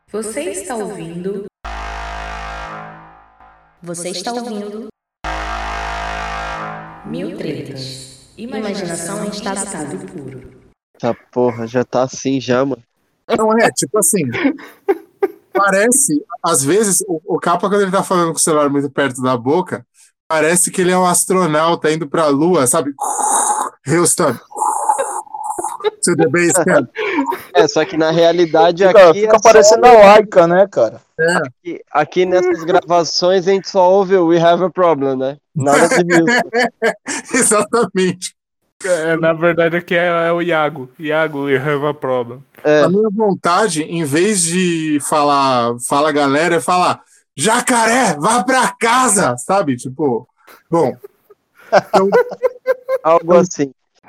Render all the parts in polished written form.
Você está ouvindo? Você está ouvindo? Mil tretas. Imaginação em estado puro. Essa porra, já tá assim já, mano. Não é, tipo assim, parece, às vezes, o Capa, quando ele tá falando com o celular muito perto da boca, parece que ele é um astronauta indo pra Lua, sabe? Houston. To the base camp. Só que na realidade fica parecendo a Laika, né, cara? Aqui nessas gravações a gente só ouve o We Have a Problem, né? Nada de Houston. Exatamente. Na verdade aqui é o Iago. Iago, we have a problem. A minha vontade, em vez de falar fala galera, é falar Jacaré, vá pra casa, sabe? Tipo, bom. Então, algo assim.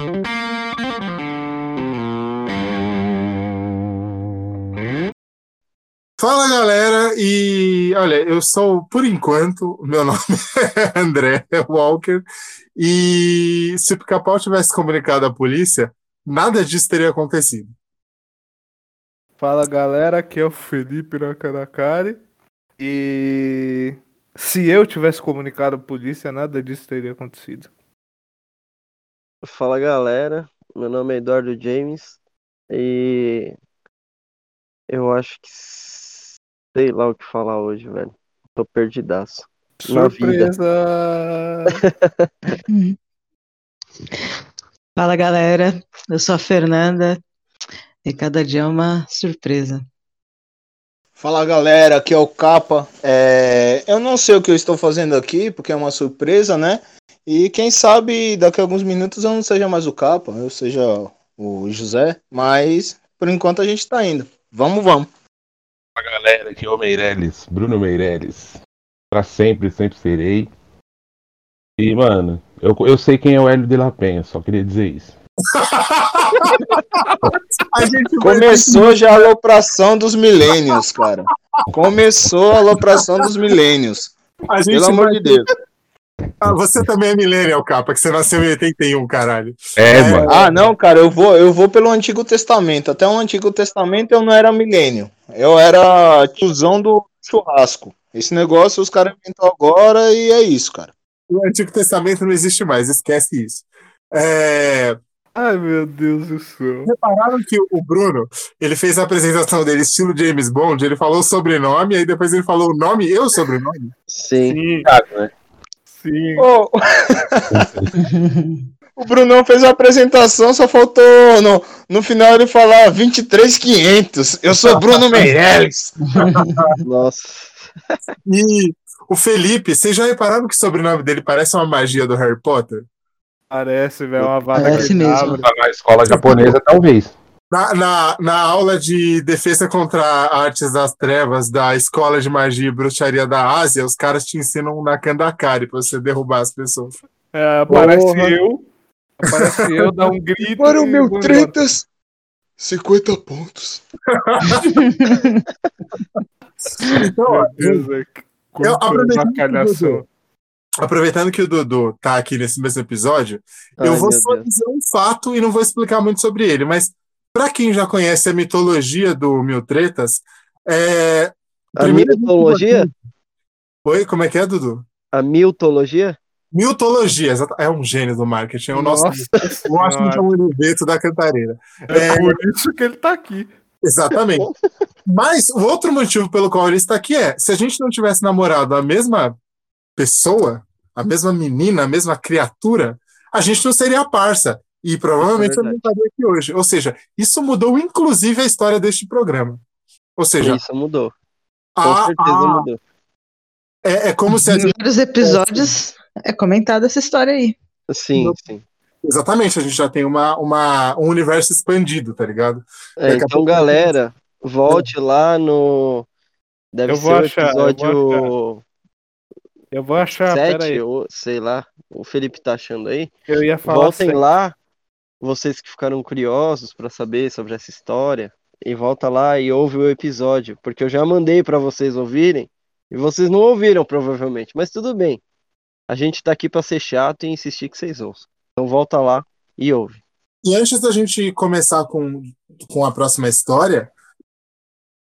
Fala galera, e olha, eu sou, por enquanto, meu nome é André Walker, e se o Pica-Pau tivesse comunicado à polícia, nada disso teria acontecido. Fala galera, aqui é o Felipe Nakanakari, e se eu tivesse comunicado à polícia, nada disso teria acontecido. Fala galera, meu nome é Eduardo James, e eu acho que sei lá o que falar hoje, velho. Tô perdidaço. Surpresa! Fala galera, eu sou a Fernanda e cada dia é uma surpresa. Fala galera, aqui é o Capa. Eu não sei o que eu estou fazendo aqui, porque é uma surpresa, né? E quem sabe daqui a alguns minutos eu não seja mais o Capa, eu seja o José, mas por enquanto a gente tá indo. Vamos. Fala galera, aqui é o Meirelles, Bruno Meirelles. Pra sempre serei. E, mano, eu sei quem é o Hélio de La Penha, só queria dizer isso. Começou já a alopração dos milênios, cara. Começou a alopração dos milênios. Pelo amor de Deus. Você também é millennial, Capa, que você nasceu em 81, caralho. Mano. Ah, não, cara, eu vou pelo Antigo Testamento. Até o Antigo Testamento eu não era milênio. Eu era tiozão do churrasco. Esse negócio os caras inventam agora e é isso, cara. O Antigo Testamento não existe mais, esquece isso. Ai, meu Deus do céu. Repararam que o Bruno, ele fez a apresentação dele estilo James Bond, ele falou o sobrenome, aí depois ele falou o nome e o sobrenome? Sim. Né? Sim. Oh. O Brunão fez a apresentação, só faltou no final ele falar 23.500. Eu sou Bruno Meirelles. Nossa. E o Felipe, vocês já repararam que o sobrenome dele parece uma magia do Harry Potter? Parece, velho, uma vaga Parece mesmo. Na escola japonesa, talvez. Na aula de defesa contra artes das trevas da Escola de Magia e Bruxaria da Ásia, os caras te ensinam um Nakandakari pra você derrubar as pessoas. Aparece eu, dá um grito. Para o meu tretas, 50 pontos. Então, Deus, aproveitando que o Dudu tá aqui nesse mesmo episódio, eu vou só dizer um fato e não vou explicar muito sobre ele, mas para quem já conhece a mitologia do Mil Tretas, A mitologia? Oi, como é que é, Dudu? A mitologia? Mitologia, é um gênio do marketing, é o nosso Washington Oliveto da Cantareira. Por isso que ele tá aqui. Exatamente. Mas o outro motivo pelo qual ele está aqui se a gente não tivesse namorado a mesma pessoa, a mesma menina, a mesma criatura, a gente não seria parça. E provavelmente eu não estaria aqui hoje. Ou seja, isso mudou inclusive a história deste programa. Ou seja... Isso mudou. Com certeza mudou. É como se... Em vários episódios é comentada essa história aí. Sim. Exatamente, a gente já tem um universo expandido, tá ligado? Então, galera, volte lá no... Deve ser o episódio... Eu vou achar, 7, ou sei lá, o Felipe tá achando aí. Eu ia falar. Voltem lá, vocês que ficaram curiosos pra saber sobre essa história, e volta lá e ouve o episódio, porque eu já mandei pra vocês ouvirem, e vocês não ouviram provavelmente, mas tudo bem. A gente tá aqui pra ser chato e insistir que vocês ouçam. Então volta lá e ouve. E antes da gente começar com a próxima história,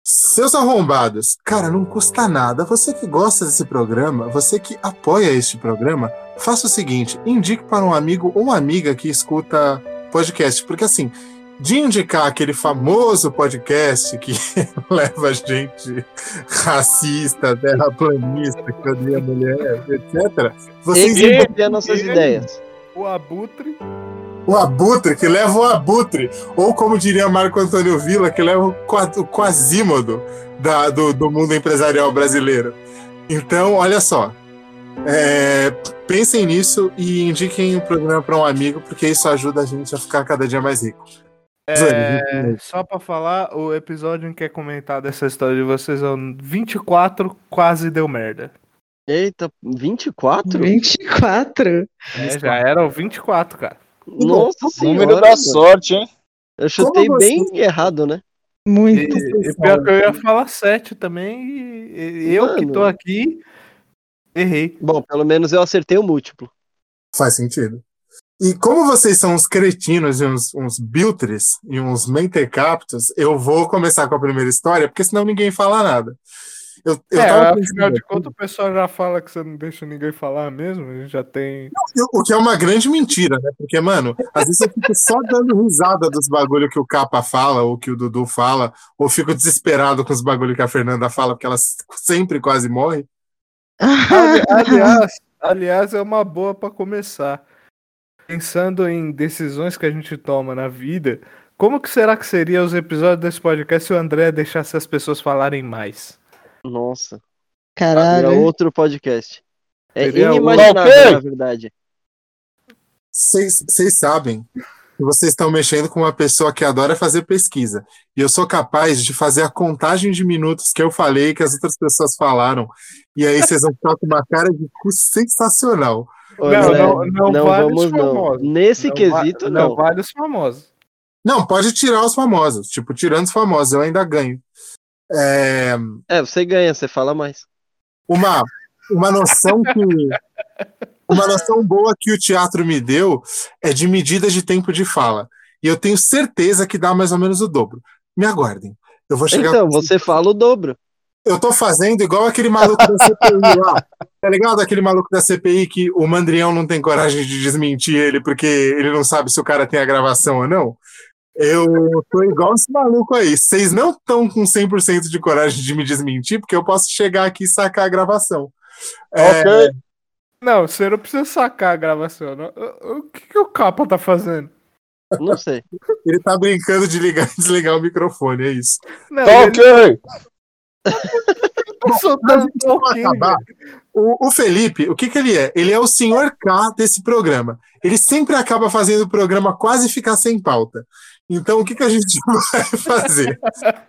Seus arrombados, cara, não custa nada. Você que gosta desse programa, você que apoia este programa, faça o seguinte, indique para um amigo ou uma amiga que escuta podcast, porque assim, de indicar aquele famoso podcast que leva gente racista, terraplanista, que odeia mulher, etc. Vocês As nossas ideias. O Abutre. O Abutre, que leva o Abutre, ou como diria Marco Antônio Villa, que leva o Quasímodo do mundo empresarial brasileiro. Então, olha só, pensem nisso e indiquem o programa para um amigo, porque isso ajuda a gente a ficar cada dia mais rico. Só pra falar, o episódio em que é comentado essa história de vocês é o 24, quase deu merda. Eita, 24? 24? Já era o 24, cara. Nossa senhora. Número da sorte, hein? Eu chutei bem errado, né? Muito. E pior que eu ia falar 7 também, e eu que tô aqui, errei. Bom, pelo menos eu acertei o múltiplo. Faz sentido. E como vocês são uns cretinos e uns biltres e uns mentecaptos, eu vou começar com a primeira história, porque senão ninguém fala nada. Afinal de contas, o pessoal já fala que você não deixa ninguém falar mesmo, a gente já tem... O que é uma grande mentira, né? Porque, mano, às vezes eu fico só dando risada dos bagulho que o Capa fala, ou que o Dudu fala, ou fico desesperado com os bagulho que a Fernanda fala, porque ela sempre quase morre. Aliás, é uma boa pra começar. Pensando em decisões que a gente toma na vida, como que será que seria os episódios desse podcast se o André deixasse as pessoas falarem mais? Nossa. Caralho. Era outro podcast. É Seria inimaginável, na verdade. Vocês sabem que vocês estão mexendo com uma pessoa que adora fazer pesquisa. E eu sou capaz de fazer a contagem de minutos que eu falei, que as outras pessoas falaram. E aí vocês vão ficar com uma cara de cu sensacional. Não vale os famosos. Nesse quesito, não. Não vale os famosos. Não, pode tirar os famosos. Tipo, tirando os famosos, eu ainda ganho. Você ganha, você fala mais. Uma noção uma noção boa que o teatro me deu é de medidas de tempo de fala. E eu tenho certeza que dá mais ou menos o dobro. Me aguardem. Eu vou chegar. Então, você fala o dobro. Eu tô fazendo igual aquele maluco da CPI lá. Tá ligado? Aquele maluco da CPI que o Mandrião não tem coragem de desmentir ele porque ele não sabe se o cara tem a gravação ou não. Eu tô igual esse maluco aí. Vocês não estão com 100% de coragem de me desmentir, porque eu posso chegar aqui e sacar a gravação. Ok. Não, você não precisa sacar a gravação. Não. O que o Capa tá fazendo? Não sei. Ele tá brincando de ligar e desligar o microfone, é isso. Não, Ok. Tá soltando um pouquinho. O Felipe, o que ele é? Ele é o senhor K desse programa. Ele sempre acaba fazendo o programa quase ficar sem pauta. Então, o que a gente vai fazer?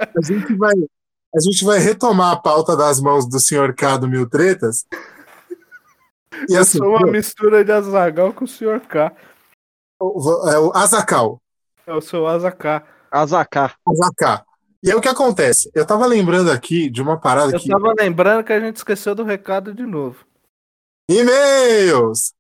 A gente vai retomar a pauta das mãos do senhor K do Mil Tretas. E Eu assim, sou uma mistura de Azaghal com o Sr. K. o Azaghal. Eu sou o Azaká. Azaká. E aí o que acontece? Eu tava lembrando aqui de uma parada Eu tava lembrando que a gente esqueceu do recado de novo. E-mails!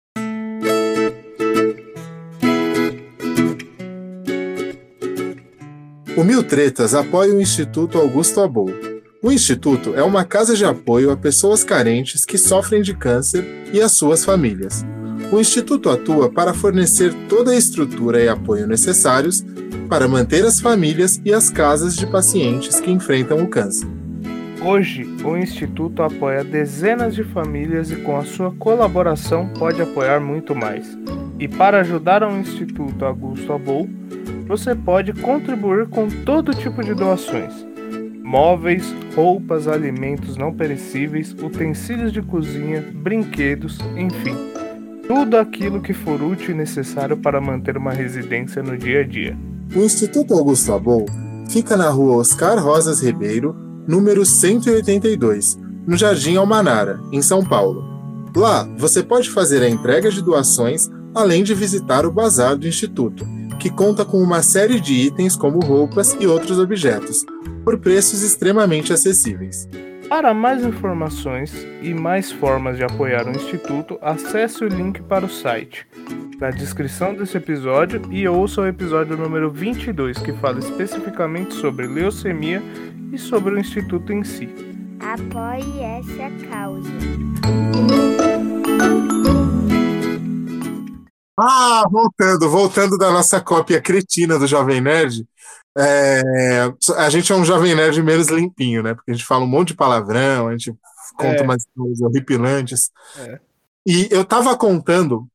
O Mil Tretas apoia o Instituto Augusto Abou. O Instituto é uma casa de apoio a pessoas carentes que sofrem de câncer e às suas famílias. O Instituto atua para fornecer toda a estrutura e apoio necessários para manter as famílias e as casas de pacientes que enfrentam o câncer. Hoje, o Instituto apoia dezenas de famílias e com a sua colaboração pode apoiar muito mais. E para ajudar o Instituto Augusto Abou, você pode contribuir com todo tipo de doações. Móveis, roupas, alimentos não perecíveis, utensílios de cozinha, brinquedos, enfim. Tudo aquilo que for útil e necessário para manter uma residência no dia a dia. O Instituto Augusto Abou fica na rua Oscar Rosas Ribeiro, número 182, no Jardim Almanara, em São Paulo. Lá, você pode fazer a entrega de doações, além de visitar o bazar do Instituto, que conta com uma série de itens como roupas e outros objetos, por preços extremamente acessíveis. Para mais informações e mais formas de apoiar o Instituto, acesse o link para o site na descrição desse episódio e ouça o episódio número 22, que fala especificamente sobre leucemia e sobre o Instituto em si. Apoie essa causa. Voltando da nossa cópia cretina do Jovem Nerd, a gente é um Jovem Nerd menos limpinho, né? Porque a gente fala um monte de palavrão, a gente conta umas coisas horripilantes. E eu tava contando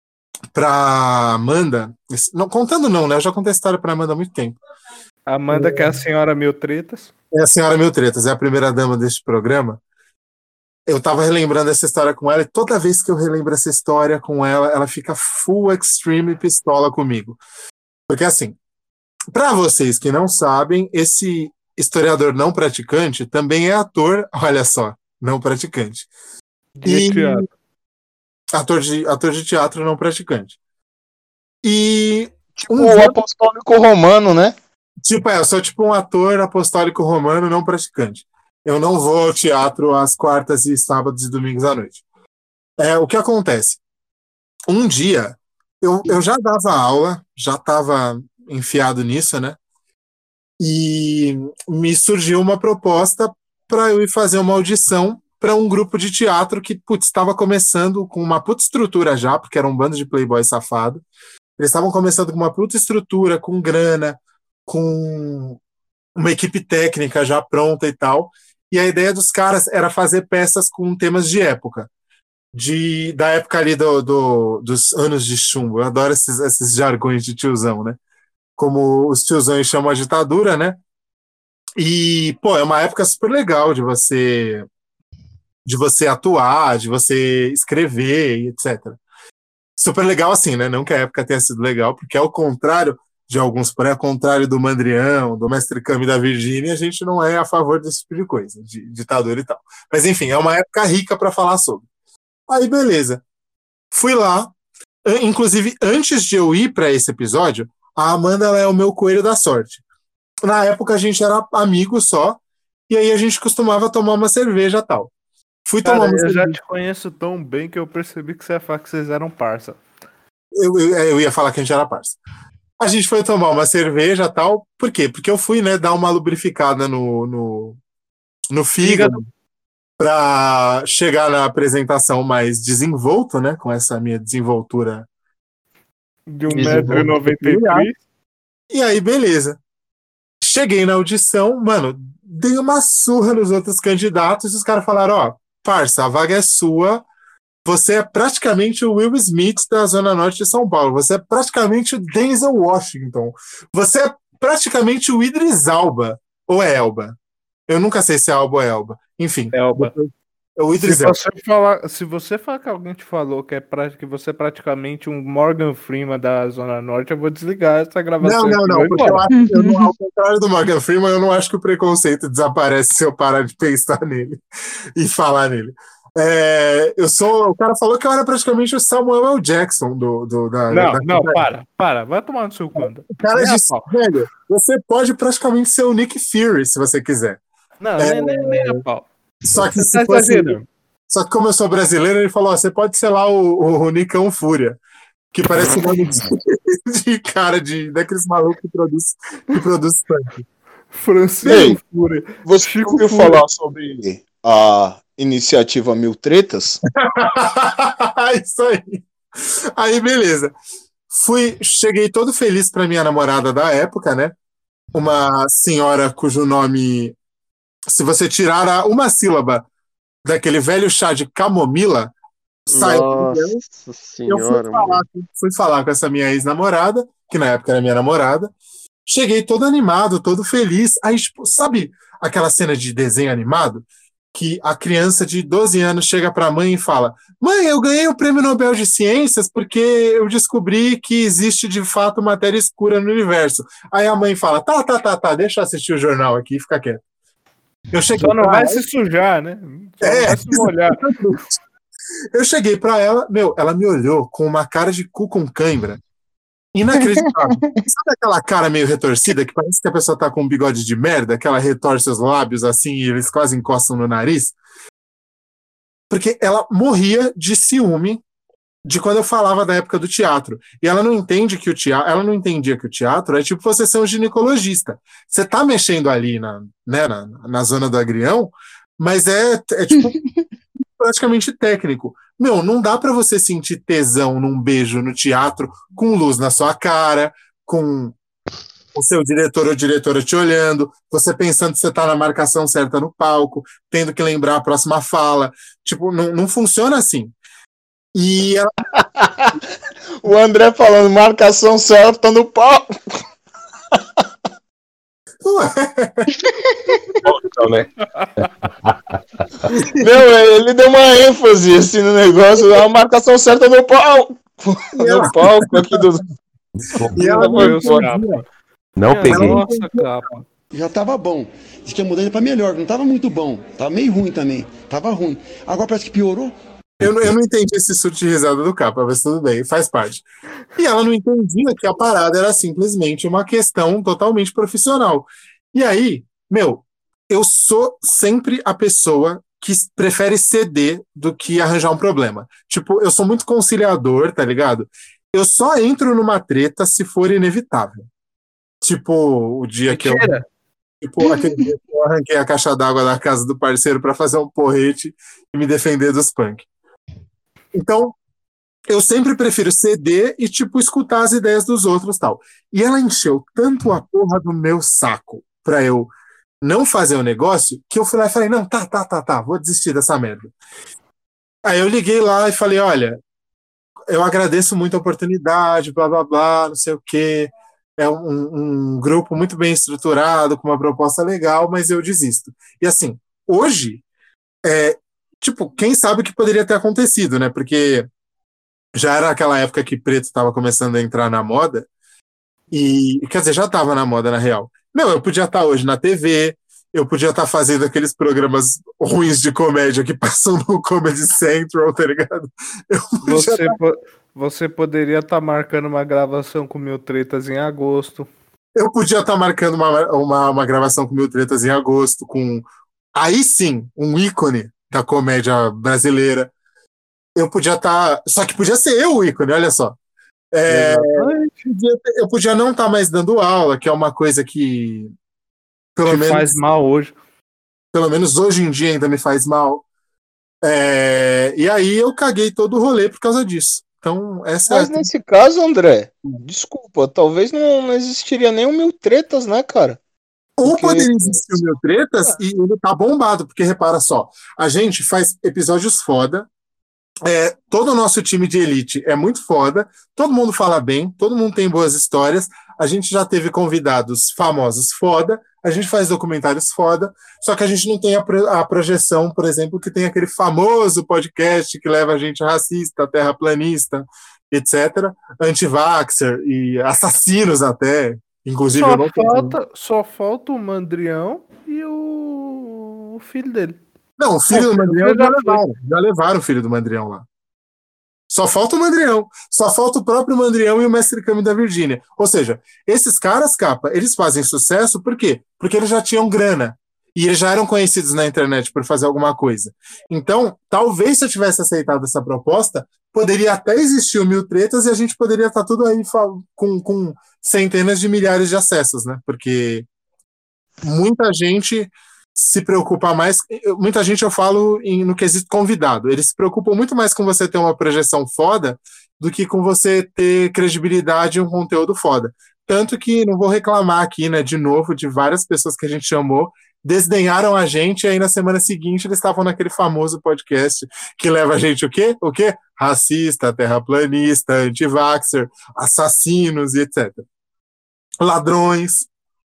pra Amanda, não, contando não, né? Eu já contei a história pra Amanda há muito tempo. Amanda, que é a senhora Mil Tretas. É a senhora Mil Tretas, é a primeira dama deste programa. Eu tava relembrando essa história com ela, e toda vez que eu relembro essa história com ela, ela fica full extreme pistola comigo. Porque assim, para vocês que não sabem, esse historiador não praticante também é ator, olha só, não praticante. De teatro. Ator de teatro não praticante. E o apostólico romano, né? Eu sou tipo um ator apostólico romano não praticante. Eu não vou ao teatro às quartas e sábados e domingos à noite. O que acontece? Um dia, eu já dava aula, já estava enfiado nisso, né? E me surgiu uma proposta para eu ir fazer uma audição para um grupo de teatro que, estava começando com uma puta estrutura já, porque era um bando de playboy safado. Eles estavam começando com uma puta estrutura, com grana, com uma equipe técnica já pronta e tal. E a ideia dos caras era fazer peças com temas de época. Da época ali dos anos de chumbo. Eu adoro esses jargões de tiozão, né? Como os tiozões chamam a ditadura, né? E, é uma época super legal de você atuar, de você escrever e etc. Super legal assim, né? Não que a época tenha sido legal, porque ao contrário de alguns, porém, ao contrário do Mandrião, do Mestre Kami e da Virgínia, a gente não é a favor desse tipo de coisa, de ditadura e tal. Mas, enfim, é uma época rica para falar sobre. Aí, beleza. Fui lá. Inclusive, antes de eu ir para esse episódio, a Amanda ela é o meu coelho da sorte. Na época, a gente era amigo só, e aí a gente costumava tomar uma cerveja e tal. Fui tomar uma cerveja. Eu já te conheço tão bem que eu percebi que você ia falar que vocês eram parça. Eu ia falar que a gente era parça. A gente foi tomar uma cerveja e tal. Por quê? Porque eu fui, né, dar uma lubrificada no fígado para chegar na apresentação mais desenvolto, né, com essa minha desenvoltura de 1,93 m. E aí, beleza. Cheguei na audição, mano, dei uma surra nos outros candidatos e os caras falaram, parça, a vaga é sua. Você é praticamente o Will Smith da Zona Norte de São Paulo. Você é praticamente o Denzel Washington. Você é praticamente o Idris Elba. Ou é Elba? Eu nunca sei se é Elba ou Elba. Enfim. Elba. É o Idris Elba. Se você falar que alguém te falou que você é praticamente um Morgan Freeman da Zona Norte, eu vou desligar essa gravação. Não. Porque ao contrário do Morgan Freeman, eu não acho que o preconceito desaparece se eu parar de pensar nele e falar nele. O cara falou que eu era praticamente o Samuel L. Jackson para, vai tomar no seu canto. O cara disse, velho, você pode praticamente ser o Nick Fury, se você quiser. Não, nem a pau. Só que como eu sou brasileiro, ele falou, você pode ser lá o Nicão Fúria, que parece o nome de cara daqueles malucos que produz funk. Francisco Fúria. Você ouviu falar sobre a iniciativa Mil Tretas? Isso aí. Aí, beleza. Cheguei todo feliz pra minha namorada da época, né? Uma senhora cujo nome, se você tirar uma sílaba daquele velho chá de camomila, sai. Nossa senhora. Eu fui falar com essa minha ex-namorada, que na época era minha namorada. Cheguei todo animado, todo feliz. Aí, sabe aquela cena de desenho animado? Que a criança de 12 anos chega para a mãe e fala: mãe, eu ganhei o Prêmio Nobel de Ciências porque eu descobri que existe de fato matéria escura no universo. Aí a mãe fala: tá, deixa eu assistir o jornal aqui e fica quieto. Só não vai se sujar, né? Só não vai se molhar. Eu cheguei para ela, ela me olhou com uma cara de cu com cãibra. Inacreditável. Sabe aquela cara meio retorcida que parece que a pessoa tá com um bigode de merda, que ela retorce os lábios assim e eles quase encostam no nariz? Porque ela morria de ciúme de quando eu falava da época do teatro. E ela não entende que o teatro, ela não entendia que o teatro é tipo você ser um ginecologista. Você tá mexendo ali na zona do agrião, mas é tipo praticamente técnico. Meu, não dá pra você sentir tesão num beijo no teatro com luz na sua cara, com o seu diretor ou diretora te olhando, você pensando que você tá na marcação certa no palco, tendo que lembrar a próxima fala. Tipo, não funciona assim. E ela... O André falando, marcação certa no pau. Então, né? Meu, ele deu uma ênfase assim no negócio, a marcação certa no pau. No palco aqui do. E ela Deus, capa. Não peguei. Nossa, capa. Já tava bom. Diz que ia mudando pra melhor, não tava muito bom. Tava meio ruim também. Tava ruim. Agora parece que piorou. Eu não entendi esse surto de risada do capa, mas tudo bem, faz parte. E ela não entendia que a parada era simplesmente uma questão totalmente profissional. E aí, meu, eu sou sempre a pessoa que prefere ceder do que arranjar um problema. Tipo, eu sou muito conciliador, tá ligado? Eu só entro numa treta se for inevitável. Tipo, o dia que eu... Tipo, aquele dia que eu arranquei a caixa d'água da casa do parceiro pra fazer um porrete e me defender dos punk. Então, eu sempre prefiro ceder e, tipo, escutar as ideias dos outros e tal. E ela encheu tanto a porra do meu saco pra eu não fazer o negócio, que eu fui lá e falei, não, tá, vou desistir dessa merda. Aí eu liguei lá e falei, olha, eu agradeço muito a oportunidade, blá, blá, blá, não sei o quê. É um grupo muito bem estruturado, com uma proposta legal, mas eu desisto. E assim, hoje, tipo, quem sabe o que poderia ter acontecido, né? Porque já era aquela época que preto estava começando a entrar na moda, e quer dizer, já estava na moda, na real. Não, eu podia estar hoje na TV, eu podia estar fazendo aqueles programas ruins de comédia que passam no Comedy Central, tá ligado? Você poderia estar marcando uma gravação com Mil Tretas em agosto. Eu podia estar marcando uma gravação com Mil Tretas em agosto, com, aí sim, um ícone da comédia brasileira. Eu podia estar... Só que podia ser eu o ícone, olha só. Eu podia não estar mais dando aula, que é uma coisa que... Pelo menos faz mal hoje. Pelo menos hoje em dia ainda me faz mal. E aí eu caguei todo o rolê por causa disso. Então, Mas nesse caso, André, desculpa, talvez não existiria nem 1000 tretas, né, cara? Ou poderia existir o 1000 tretas e ele tá bombado, porque repara só, a gente faz episódios foda, todo o nosso time de elite é muito foda, todo mundo fala bem, todo mundo tem boas histórias, a gente já teve convidados famosos foda, a gente faz documentários foda, só que a gente não tem a projeção, por exemplo, que tem aquele famoso podcast que leva a gente racista, terraplanista, etc., anti-vaxxer e assassinos até, inclusive... Só falta o Mandrião e o filho dele. Não, o filho do Mandrião já levaram o filho do Mandrião lá. Só falta o Mandrião. Só falta o próprio Mandrião e o Mestre Kami da Virgínia. Ou seja, esses caras, capa, eles fazem sucesso por quê? Porque eles já tinham grana. E eles já eram conhecidos na internet por fazer alguma coisa. Então, talvez se eu tivesse aceitado essa proposta, poderia até existir o 1000 tretas e a gente poderia estar tudo aí com centenas de milhares de acessos, né? Porque muita gente se preocupa mais, muita gente eu falo no quesito convidado, eles se preocupam muito mais com você ter uma projeção foda do que com você ter credibilidade e um conteúdo foda. Tanto que não vou reclamar aqui, né, de novo, de várias pessoas que a gente chamou, desdenharam a gente e aí na semana seguinte eles estavam naquele famoso podcast que leva a gente o quê? O quê? Racista, terraplanista, anti-vaxxer, assassinos e etc. Ladrões.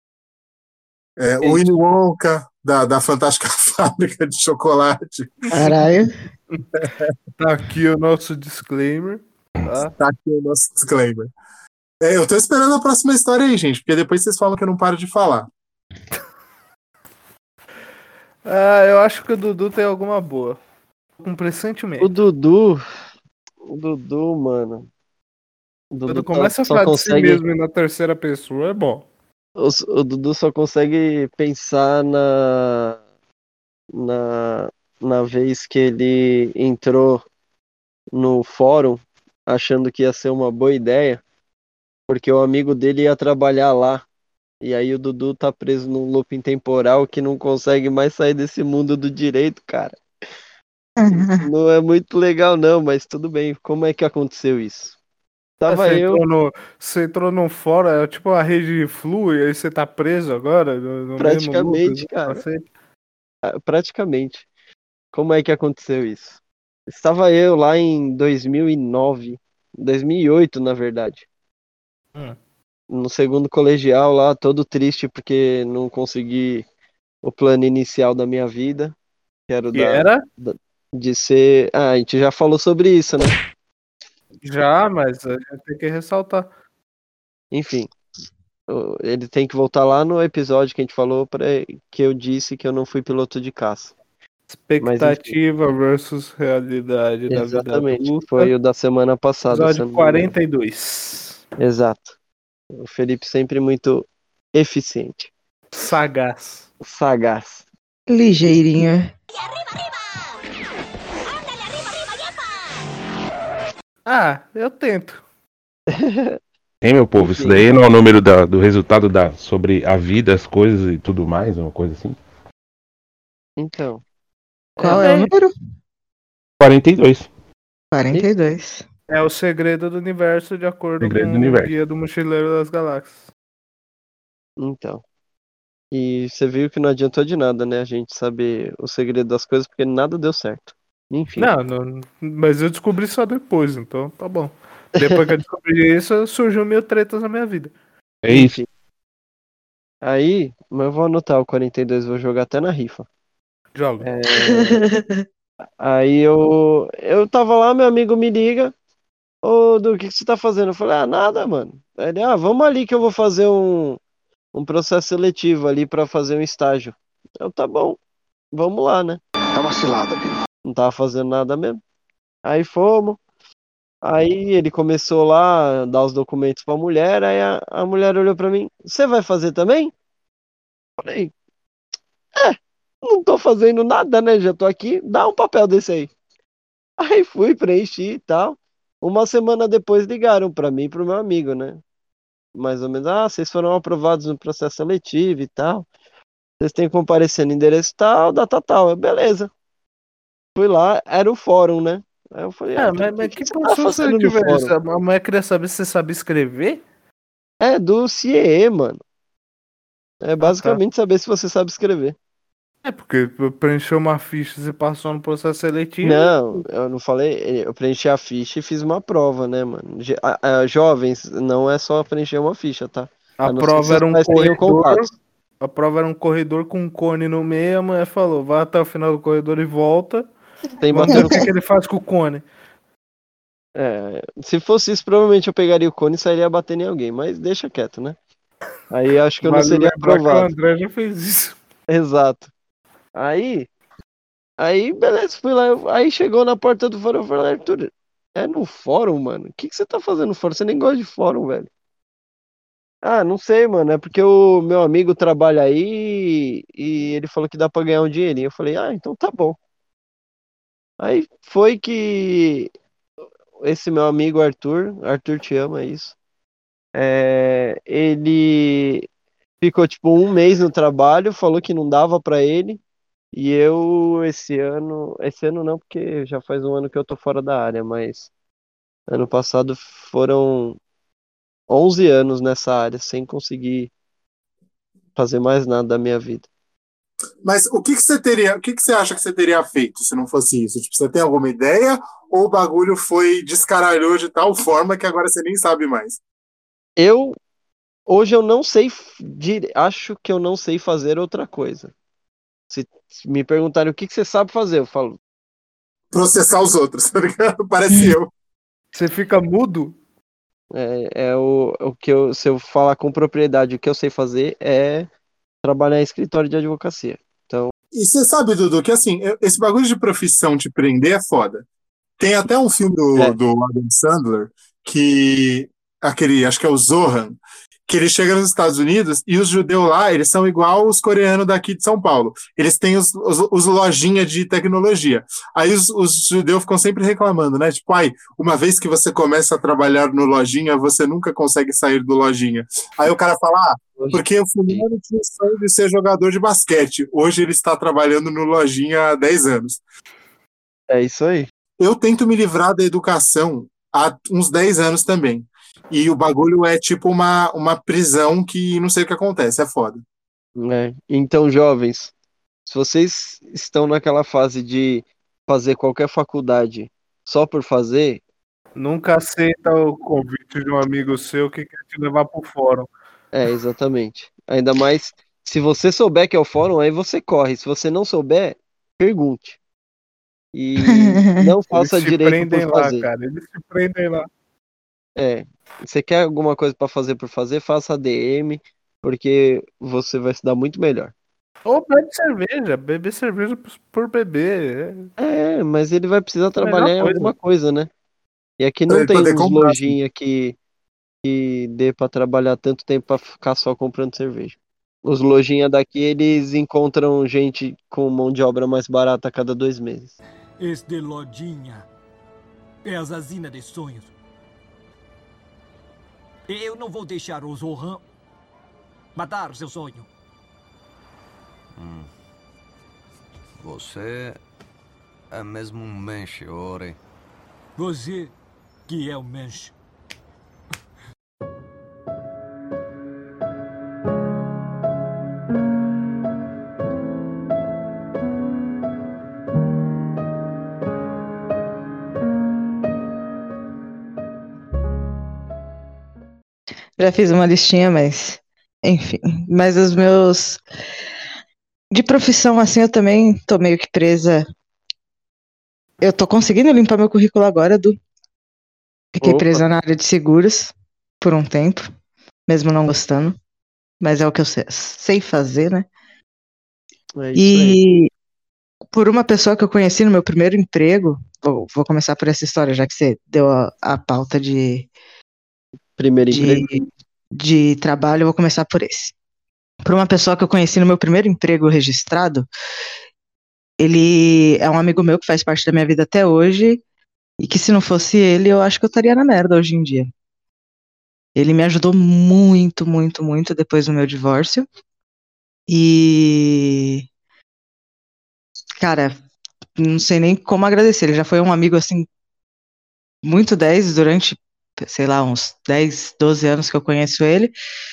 O Willy Wonka da Fantástica Fábrica de Chocolate. Caralho. Tá aqui o nosso disclaimer. Tá aqui o nosso disclaimer. Eu tô esperando a próxima história aí, gente, porque depois vocês falam que eu não paro de falar. Eu acho que o Dudu tem alguma boa. Com pressentimento. O Dudu, mano. O Dudu começa a falar de si mesmo e na terceira pessoa é bom. O Dudu só consegue pensar na vez que ele entrou no fórum achando que ia ser uma boa ideia, porque o amigo dele ia trabalhar lá. E aí o Dudu tá preso num looping temporal que não consegue mais sair desse mundo do direito, cara. Não é muito legal não, mas tudo bem. Como é que aconteceu isso? Tava eu, Você entrou num fórum, é tipo a rede flui, aí você tá preso agora no mesmo loop, praticamente, né? cara. Praticamente. Como é que aconteceu isso? Estava eu lá em 2009, 2008, na verdade. No segundo colegial lá, todo triste porque não consegui o plano inicial da minha vida, que era o E era? de ser. Ah, a gente já falou sobre isso, né? Já, mas a gente tem que ressaltar. Enfim, ele tem que voltar lá no episódio que a gente falou que eu disse que eu não fui piloto de caça. Mas enfim, Expectativa versus realidade da vida exatamente. adulta. Foi o da semana passada. Episódio 42. Exato. O Felipe sempre muito eficiente. Sagaz. Sagaz. Ligeirinho. Ah, eu tento. Hein, meu povo? Isso daí não é o número do resultado sobre a vida, as coisas e tudo mais, uma coisa assim? Então. Qual é o número? 42. 42. É o segredo do universo, de acordo Segredo do com universo. o Guia do Mochileiro das Galáxias. Então. E você viu que não adiantou de nada, né? A gente saber o segredo das coisas, porque nada deu certo. Enfim. Não, mas eu descobri só depois, então tá bom. Depois que eu descobri isso, surgiu mil tretas na minha vida. É isso. Enfim. Aí, mas eu vou anotar o 42, vou jogar até na rifa. Joga. Aí eu tava lá, meu amigo me liga. Ô, Du, o que você tá fazendo? Eu falei, nada, mano. Aí ele, vamos ali que eu vou fazer um processo seletivo ali pra fazer um estágio. Eu, tá bom, vamos lá, né? Tá uma cilada, viu? Não tava fazendo nada mesmo. Aí fomos. Aí ele começou lá a dar os documentos pra mulher. Aí a mulher olhou pra mim: Você vai fazer também? Falei: Não tô fazendo nada, né? Já tô aqui. Dá um papel desse aí. Aí fui, preenchi e tal. Uma semana depois ligaram pra mim e pro meu amigo, né? Mais ou menos: Vocês foram aprovados no processo seletivo e tal. Vocês têm que comparecer no endereço tal, data tal. Beleza. Fui lá, era o fórum, né? Aí eu falei: Mas que que você tá função você fazendo no tiver isso? fórum? A mulher queria saber se você sabe escrever? É do CIE, mano. É Ah, tá. basicamente saber se você sabe escrever. É porque preencheu uma ficha e você passou no processo seletivo. Não, eu não falei. Eu preenchi a ficha e fiz uma prova, né, mano? Jovens, não é só preencher uma ficha, tá? A não ser que prova seus era um pais tenham corredor. contato. A prova era um corredor com um cone no meio. A mulher falou: vai até o final do corredor e volta. Tem Vamos bater ver o que ele faz com o cone. Se fosse isso, provavelmente eu pegaria o cone e sairia batendo em alguém, mas deixa quieto, né? Aí acho que eu não Vale seria lembrar que o aprovado. André já fez isso. Exato. Aí, beleza, fui lá. Aí chegou na porta do fórum, eu falei: Arthur, é no fórum, mano? O que você tá fazendo no fórum? Você nem gosta de fórum, velho. Não sei, mano. É porque o meu amigo trabalha aí e ele falou que dá pra ganhar um dinheirinho. Eu falei: então tá bom. Aí foi que esse meu amigo Arthur te ama, é isso. Ele ficou tipo um mês no trabalho, falou que não dava pra ele. E eu esse ano não, porque já faz um ano que eu tô fora da área, mas ano passado foram 11 anos nessa área sem conseguir fazer mais nada da minha vida. Mas o que você teria, o que você acha que você teria feito se não fosse isso? Tipo, você tem alguma ideia ou o bagulho foi descaralhou de tal forma que agora você nem sabe mais? Hoje eu não sei, acho que eu não sei fazer outra coisa. Se me perguntarem o que você sabe fazer, eu falo: Processar os outros, tá ligado? Parece eu. Você fica mudo? o que se eu falar com propriedade, o que eu sei fazer é trabalhar em escritório de advocacia. Então, E você sabe, Dudu, que assim, esse bagulho de profissão te prender é foda. Tem até um filme do Adam Sandler que aquele, acho que é o Zohan, que ele chega nos Estados Unidos e os judeus lá, eles são igual os coreanos daqui de São Paulo. Eles têm os lojinhas de tecnologia. Aí os judeus ficam sempre reclamando, né? Tipo, uma vez que você começa a trabalhar no lojinha, você nunca consegue sair do lojinha. Aí o cara fala, porque o fulano tinha o sonho de ser jogador de basquete. Hoje ele está trabalhando no lojinha há 10 anos. É isso aí. Eu tento me livrar da educação há uns 10 anos também. E o bagulho é tipo uma prisão que não sei o que acontece, é foda. Então, jovens, se vocês estão naquela fase de fazer qualquer faculdade só por fazer... Nunca aceita o convite de um amigo seu que quer te levar pro fórum. Exatamente. Ainda mais, se você souber que é o fórum, aí você corre. Se você não souber, pergunte. E não faça direito por fazer. Eles se prendem lá. Você quer alguma coisa pra fazer por fazer, faça ADM, porque você vai se dar muito melhor. Ou bebe cerveja, beber cerveja por beber. Mas ele vai precisar trabalhar em alguma coisa, né? E aqui Pra não ele tem poder uns comprar, lojinha que dê pra trabalhar tanto tempo pra ficar só comprando cerveja. Os lojinha daqui, eles encontram gente com mão de obra mais barata a cada 2 meses. Este lojinha é a Zazina de sonhos. Eu não vou deixar o Zohan matar seu sonho. Você é mesmo um mensch, Ori. Você que é o mensch. Já fiz uma listinha, mas... Enfim. Mas os meus... De profissão, assim, eu também tô meio que presa. Eu tô conseguindo limpar meu currículo agora, Du. Fiquei presa na área de seguros por um tempo, mesmo não gostando. Mas é o que eu sei fazer, né? É isso aí. Por uma pessoa que eu conheci no meu primeiro emprego, vou começar por essa história, já que você deu a pauta de trabalho, eu vou começar por esse. Por uma pessoa que eu conheci no meu primeiro emprego registrado, ele é um amigo meu que faz parte da minha vida até hoje, e que se não fosse ele, eu acho que eu estaria na merda hoje em dia. Ele me ajudou muito, muito, muito depois do meu divórcio. E... Cara, não sei nem como agradecer. Ele já foi um amigo, assim, muito 10 durante, sei lá, uns 10, 12 anos que eu conheço ele.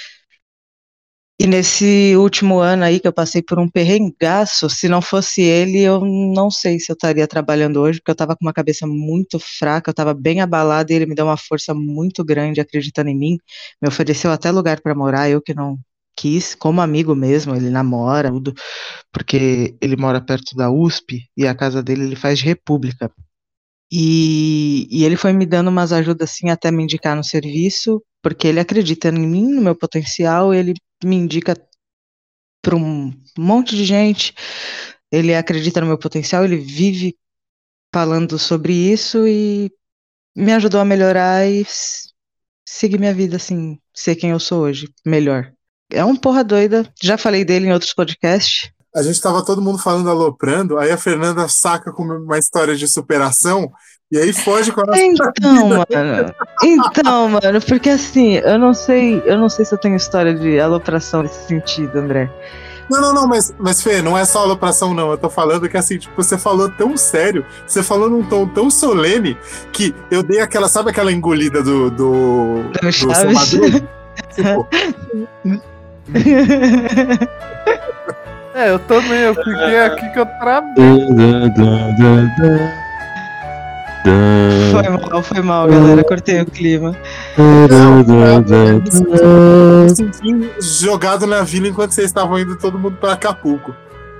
E nesse último ano aí que eu passei por um perrengaço, se não fosse ele, eu não sei se eu estaria trabalhando hoje, porque eu tava com uma cabeça muito fraca, eu tava bem abalada e ele me deu uma força muito grande acreditando em mim. Me ofereceu até lugar para morar, eu que não quis, como amigo mesmo, ele namora, tudo, porque ele mora perto da USP e a casa dele ele faz de república. E ele foi me dando umas ajudas assim até me indicar no serviço, porque ele acredita em mim, no meu potencial, ele me indica para um monte de gente, ele acredita no meu potencial, ele vive falando sobre isso e me ajudou a melhorar e seguir minha vida assim, ser quem eu sou hoje, melhor. É um porra doida, já falei dele em outros podcasts. A gente tava todo mundo falando aloprando, aí a Fernanda saca com uma história de superação e aí foge com a nossa vida. Então, mano, porque assim, eu não sei se eu tenho história de alopração nesse sentido, André. Não, mas Fê, não é só alopração não, eu tô falando que assim, tipo, você falou tão sério, você falou num tom tão solene, que eu dei aquela, sabe aquela engolida do Chaves? Tipo... Eu também, eu fiquei aqui que eu travei. Foi mal, galera, cortei o clima. Jogado na vila enquanto vocês estavam indo todo mundo pra Acapulco.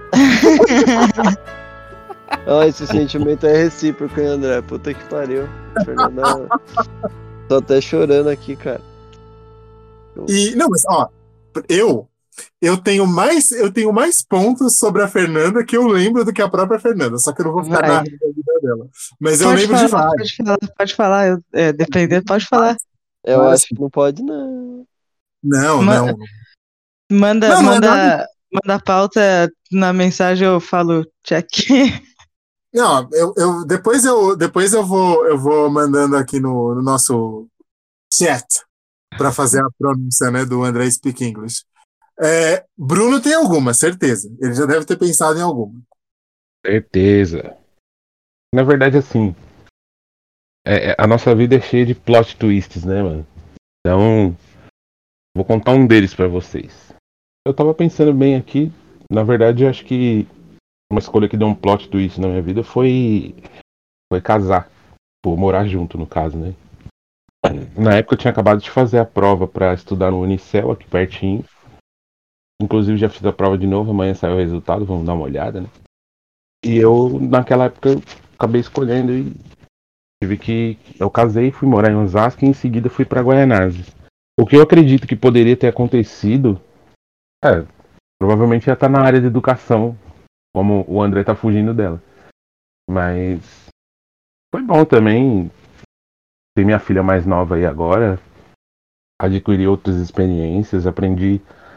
Esse sentimento é recíproco, hein, André? Puta que pariu. Fernanda... Tô até chorando aqui, cara. Não, mas ó, eu tenho mais pontos sobre a Fernanda que eu lembro do que a própria Fernanda, só que eu não vou ficar narrando a vida dela. Mas eu lembro de vários. Pode falar, depender, pode falar. Eu acho que não pode, não. Não, Ma- não. Manda, Não, não é manda, manda a pauta na mensagem, eu falo check. Não, depois eu vou mandando aqui no nosso chat para fazer a pronúncia, né, do André Speak English. Bruno tem alguma, certeza. Ele já deve ter pensado em alguma. Certeza. Na verdade, assim, a nossa vida é cheia de plot twists, né, mano? Então, vou contar um deles pra vocês. Eu tava pensando bem aqui, na verdade, eu acho que uma escolha que deu um plot twist na minha vida foi casar. Pô, morar junto, no caso, né? Na época eu tinha acabado de fazer a prova pra estudar no Unicel, aqui pertinho. Inclusive já fiz a prova de novo, amanhã saiu o resultado, vamos dar uma olhada, né? E eu, naquela época, acabei escolhendo e tive que. Eu casei, fui morar em Osasco e em seguida fui pra Guaianazes. O que eu acredito que poderia ter acontecido, provavelmente ia estar na área de educação, como o André tá fugindo dela. Mas foi bom também ter minha filha mais nova aí agora, adquirir outras experiências, aprendi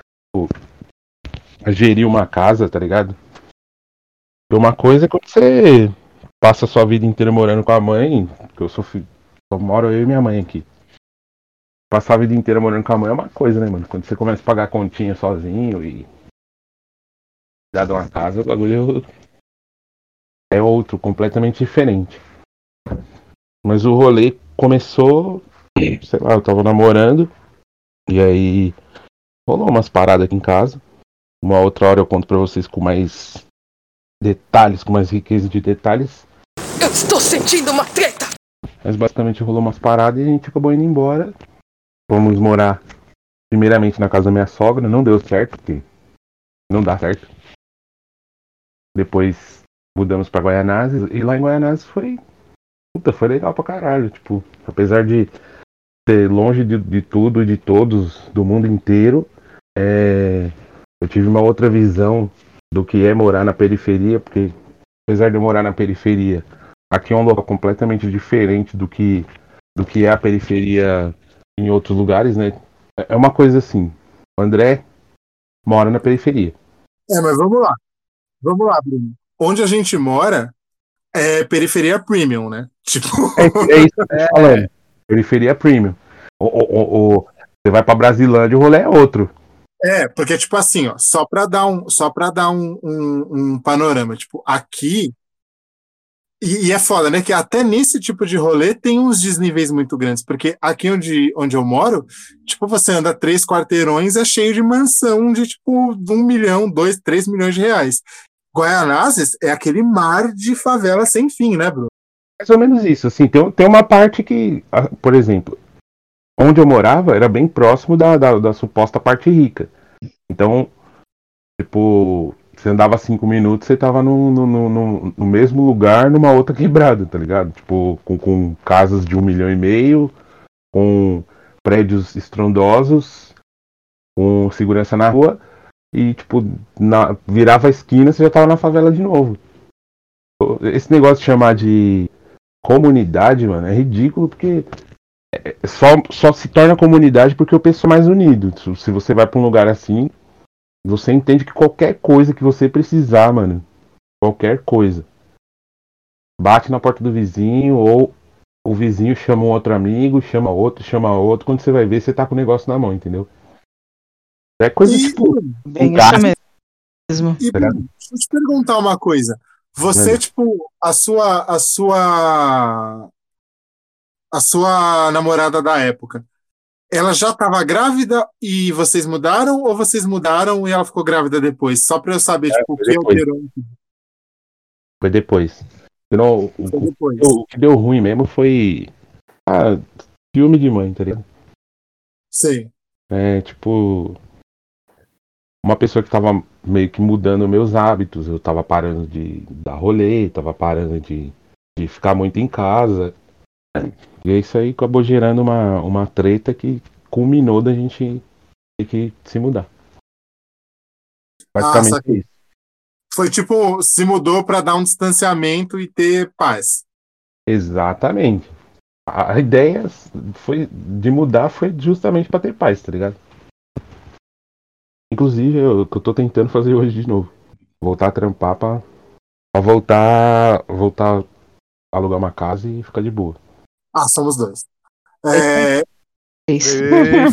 a gerir uma casa, tá ligado? E uma coisa é quando você passa a sua vida inteira morando com a mãe, que eu sou filho, só moro eu e minha mãe aqui. Passar a vida inteira morando com a mãe é uma coisa, né, mano? Quando você começa a pagar a continha sozinho e cuidar de uma casa, o bagulho é outro, completamente diferente. Mas o rolê começou, sei lá, eu tava namorando, e aí rolou umas paradas aqui em casa. Uma outra hora eu conto pra vocês com mais detalhes, com mais riqueza de detalhes. Eu estou sentindo uma treta! Mas basicamente rolou umas paradas e a gente acabou indo embora. Fomos morar primeiramente na casa da minha sogra, não deu certo, porque não dá certo. Depois mudamos pra Guaianazes, e lá em Guaianazes foi legal pra caralho, tipo, apesar de ser longe de tudo e de todos, do mundo inteiro, eu tive uma outra visão do que é morar na periferia, porque apesar de eu morar na periferia, aqui é um local completamente diferente do que é a periferia em outros lugares, né? É uma coisa assim, o André mora na periferia. Mas vamos lá. Vamos lá, Bruno. Onde a gente mora é periferia premium, né? Tipo. É isso que eu tô falando. Periferia premium. Você vai pra Brasilândia, o rolê é outro. Porque, tipo assim, ó, só pra dar um panorama, tipo, aqui. E é foda, né? Que até nesse tipo de rolê tem uns desníveis muito grandes. Porque aqui onde eu moro, tipo, você anda 3 quarteirões, é cheio de mansão de, tipo, 1 milhão, 2, 3 milhões de reais. Guaianazes é aquele mar de favela sem fim, né, Bruno? Mais ou menos isso, assim, tem uma parte que, por exemplo, onde eu morava era bem próximo da suposta parte rica. Então, tipo, você andava 5 minutos, você tava no mesmo lugar, numa outra quebrada, tá ligado? Tipo, com casas de 1,5 milhão, com prédios estrondosos, com segurança na rua, e, tipo, virava a esquina, você já tava na favela de novo. Esse negócio de chamar de comunidade, mano, é ridículo, porque só se torna comunidade porque o pessoal é mais unido. Se você vai pra um lugar assim, você entende que qualquer coisa que você precisar, mano, qualquer coisa, bate na porta do vizinho, ou o vizinho chama um outro amigo, chama outro, quando você vai ver, você tá com o negócio na mão, entendeu? É coisa tipo. Bem, isso mesmo. E, Bruno, deixa eu te perguntar uma coisa. Você, tipo, a sua namorada da época, ela já estava grávida e vocês mudaram, ou vocês mudaram e ela ficou grávida depois? Só pra eu saber, tipo, o que alterou. Foi depois. Então, o que deu ruim mesmo foi filme de mãe, tá ligado? Sim. Tipo, uma pessoa que tava meio que mudando meus hábitos. Eu tava parando de dar rolê, tava parando de ficar muito em casa. E isso aí acabou gerando uma treta que culminou da gente ter que se mudar. Basicamente isso. Foi tipo, se mudou pra dar um distanciamento e ter paz. Exatamente. A ideia de mudar foi justamente pra ter paz, tá ligado? Inclusive, que eu tô tentando fazer hoje de novo. Voltar a trampar pra voltar a alugar uma casa e ficar de boa. Somos dois. Isso.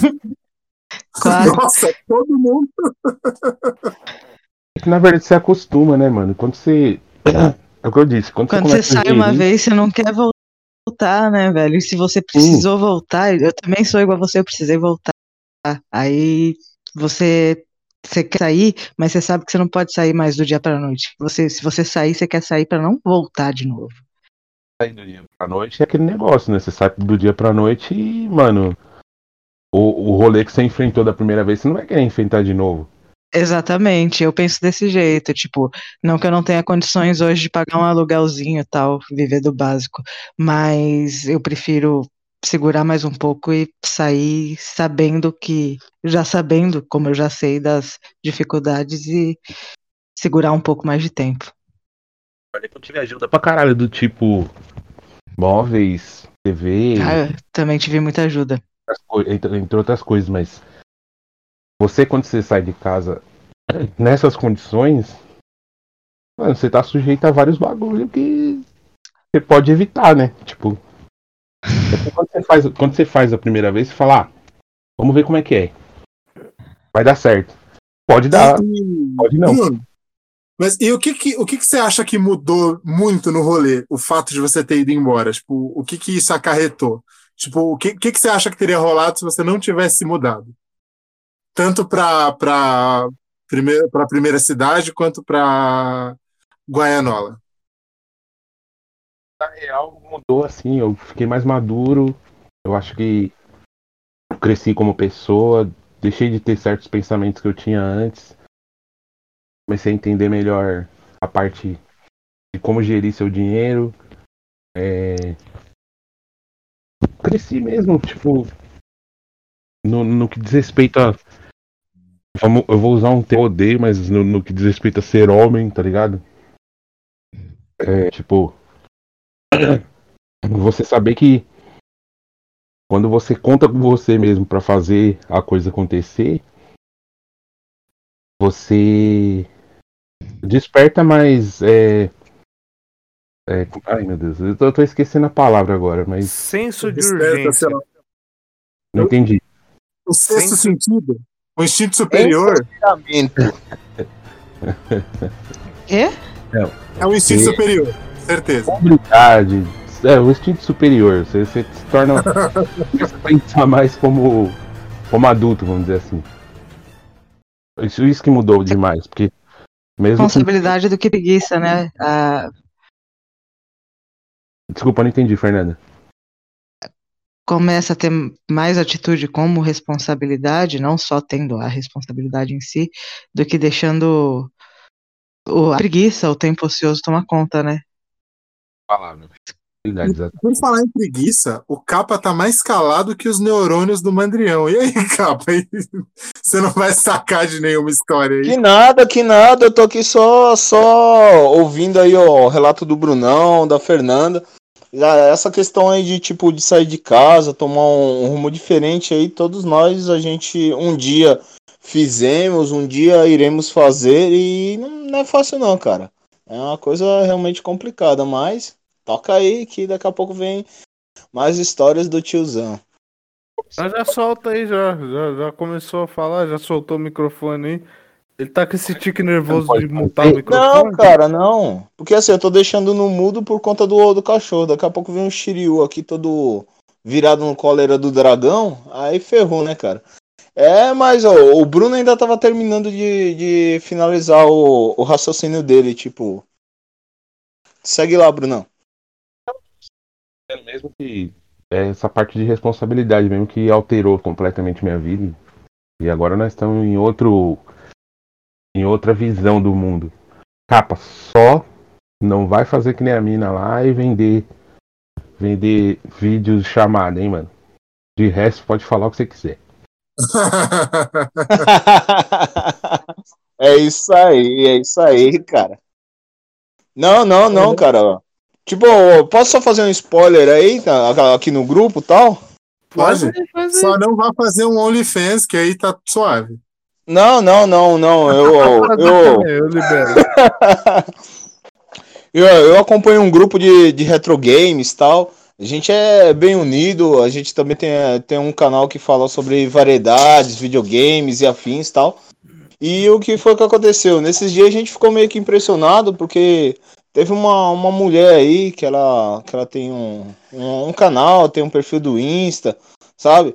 Nossa, todo mundo. É que na verdade você acostuma, né, mano? Quando você. É o que eu disse. Quando você sai uma vez, você não quer voltar, né, velho? E se você precisou voltar, eu também sou igual a você, eu precisei voltar. Aí você quer sair, mas você sabe que você não pode sair mais do dia pra noite. Se você sair, você quer sair pra não voltar de novo. Sair do dia pra noite é aquele negócio, né? Você sai do dia pra noite e, mano, o rolê que você enfrentou da primeira vez, você não vai querer enfrentar de novo. Exatamente, eu penso desse jeito, tipo, não que eu não tenha condições hoje de pagar um aluguelzinho e tal, viver do básico, mas eu prefiro segurar mais um pouco e sair já sabendo, como eu já sei das dificuldades e segurar um pouco mais de tempo. Olha que eu tive ajuda pra caralho, do tipo móveis, TV. Eu também tive muita ajuda. Entre outras coisas, mas você quando você sai de casa nessas condições, mano, você tá sujeito a vários bagulhos que você pode evitar, né? Tipo, quando você faz a primeira vez, você fala, vamos ver como é que é. Vai dar certo. Pode dar, pode não. Mas e o que você acha que mudou muito no rolê? O fato de você ter ido embora? Tipo, o que isso acarretou? Tipo, o que você acha que teria rolado se você não tivesse mudado? Tanto pra primeira cidade quanto pra Guaianola. Na real, mudou assim, eu fiquei mais maduro. Eu acho que eu cresci como pessoa, deixei de ter certos pensamentos que eu tinha antes. Comecei a entender melhor a parte de como gerir seu dinheiro. Cresci mesmo, tipo, no que diz respeito a. Eu vou usar um termo odeio, mas no que diz respeito a ser homem, tá ligado? Tipo, você saber que quando você conta com você mesmo pra fazer a coisa acontecer, você desperta mais. Ai meu Deus, eu tô esquecendo a palavra agora, mas. Senso de urgência. Não entendi. O sexto sentido? O instinto superior? Quê? É o instinto superior, certeza. Humildade. O instinto superior. Você se torna. Você pensar mais como adulto, vamos dizer assim. Isso que mudou demais, porque mesmo responsabilidade do que preguiça, né? Desculpa, não entendi, Fernanda. Começa a ter mais atitude como responsabilidade, não só tendo a responsabilidade em si, do que deixando a preguiça, o tempo ocioso tomar conta, né? Palavra. Por falar em preguiça, o Capa tá mais calado que os neurônios do Mandrião. E aí, Capa? Você não vai sacar de nenhuma história aí? Que nada, eu tô aqui só ouvindo aí o relato do Brunão, da Fernanda. Essa questão aí de tipo de sair de casa, tomar um rumo diferente aí, todos nós a gente um dia fizemos, um dia iremos fazer e não é fácil não, cara. É uma coisa realmente complicada, mas toca aí que daqui a pouco vem mais histórias do tiozão. Já solta aí, já começou a falar, já soltou o microfone aí. Ele tá com esse tique nervoso de mutar o microfone? Não, cara, não. Porque assim, eu tô deixando no mudo por conta do cachorro. Daqui a pouco vem um Shiryu aqui todo virado no cólera do dragão. Aí ferrou, né, cara? Mas ó, o Bruno ainda tava terminando de finalizar o raciocínio dele, tipo... Segue lá, Brunão. Mesmo que essa parte de responsabilidade mesmo que alterou completamente minha vida. E agora nós estamos em outra visão do mundo. Capa, só não vai fazer que nem a mina lá e vender vídeos chamada, hein, mano. De resto, pode falar o que você quiser. É isso aí, cara. Não, cara. Tipo, posso só fazer um spoiler aí, aqui no grupo e tal? Pode. Só não vá fazer um OnlyFans, que aí tá suave. Não. Eu libero. Eu acompanho um grupo de retro games e tal. A gente é bem unido. A gente também tem um canal que fala sobre variedades, videogames e afins e tal. E o que foi que aconteceu? Nesses dias a gente ficou meio que impressionado porque teve uma mulher aí que ela tem um canal, tem um perfil do Insta, sabe?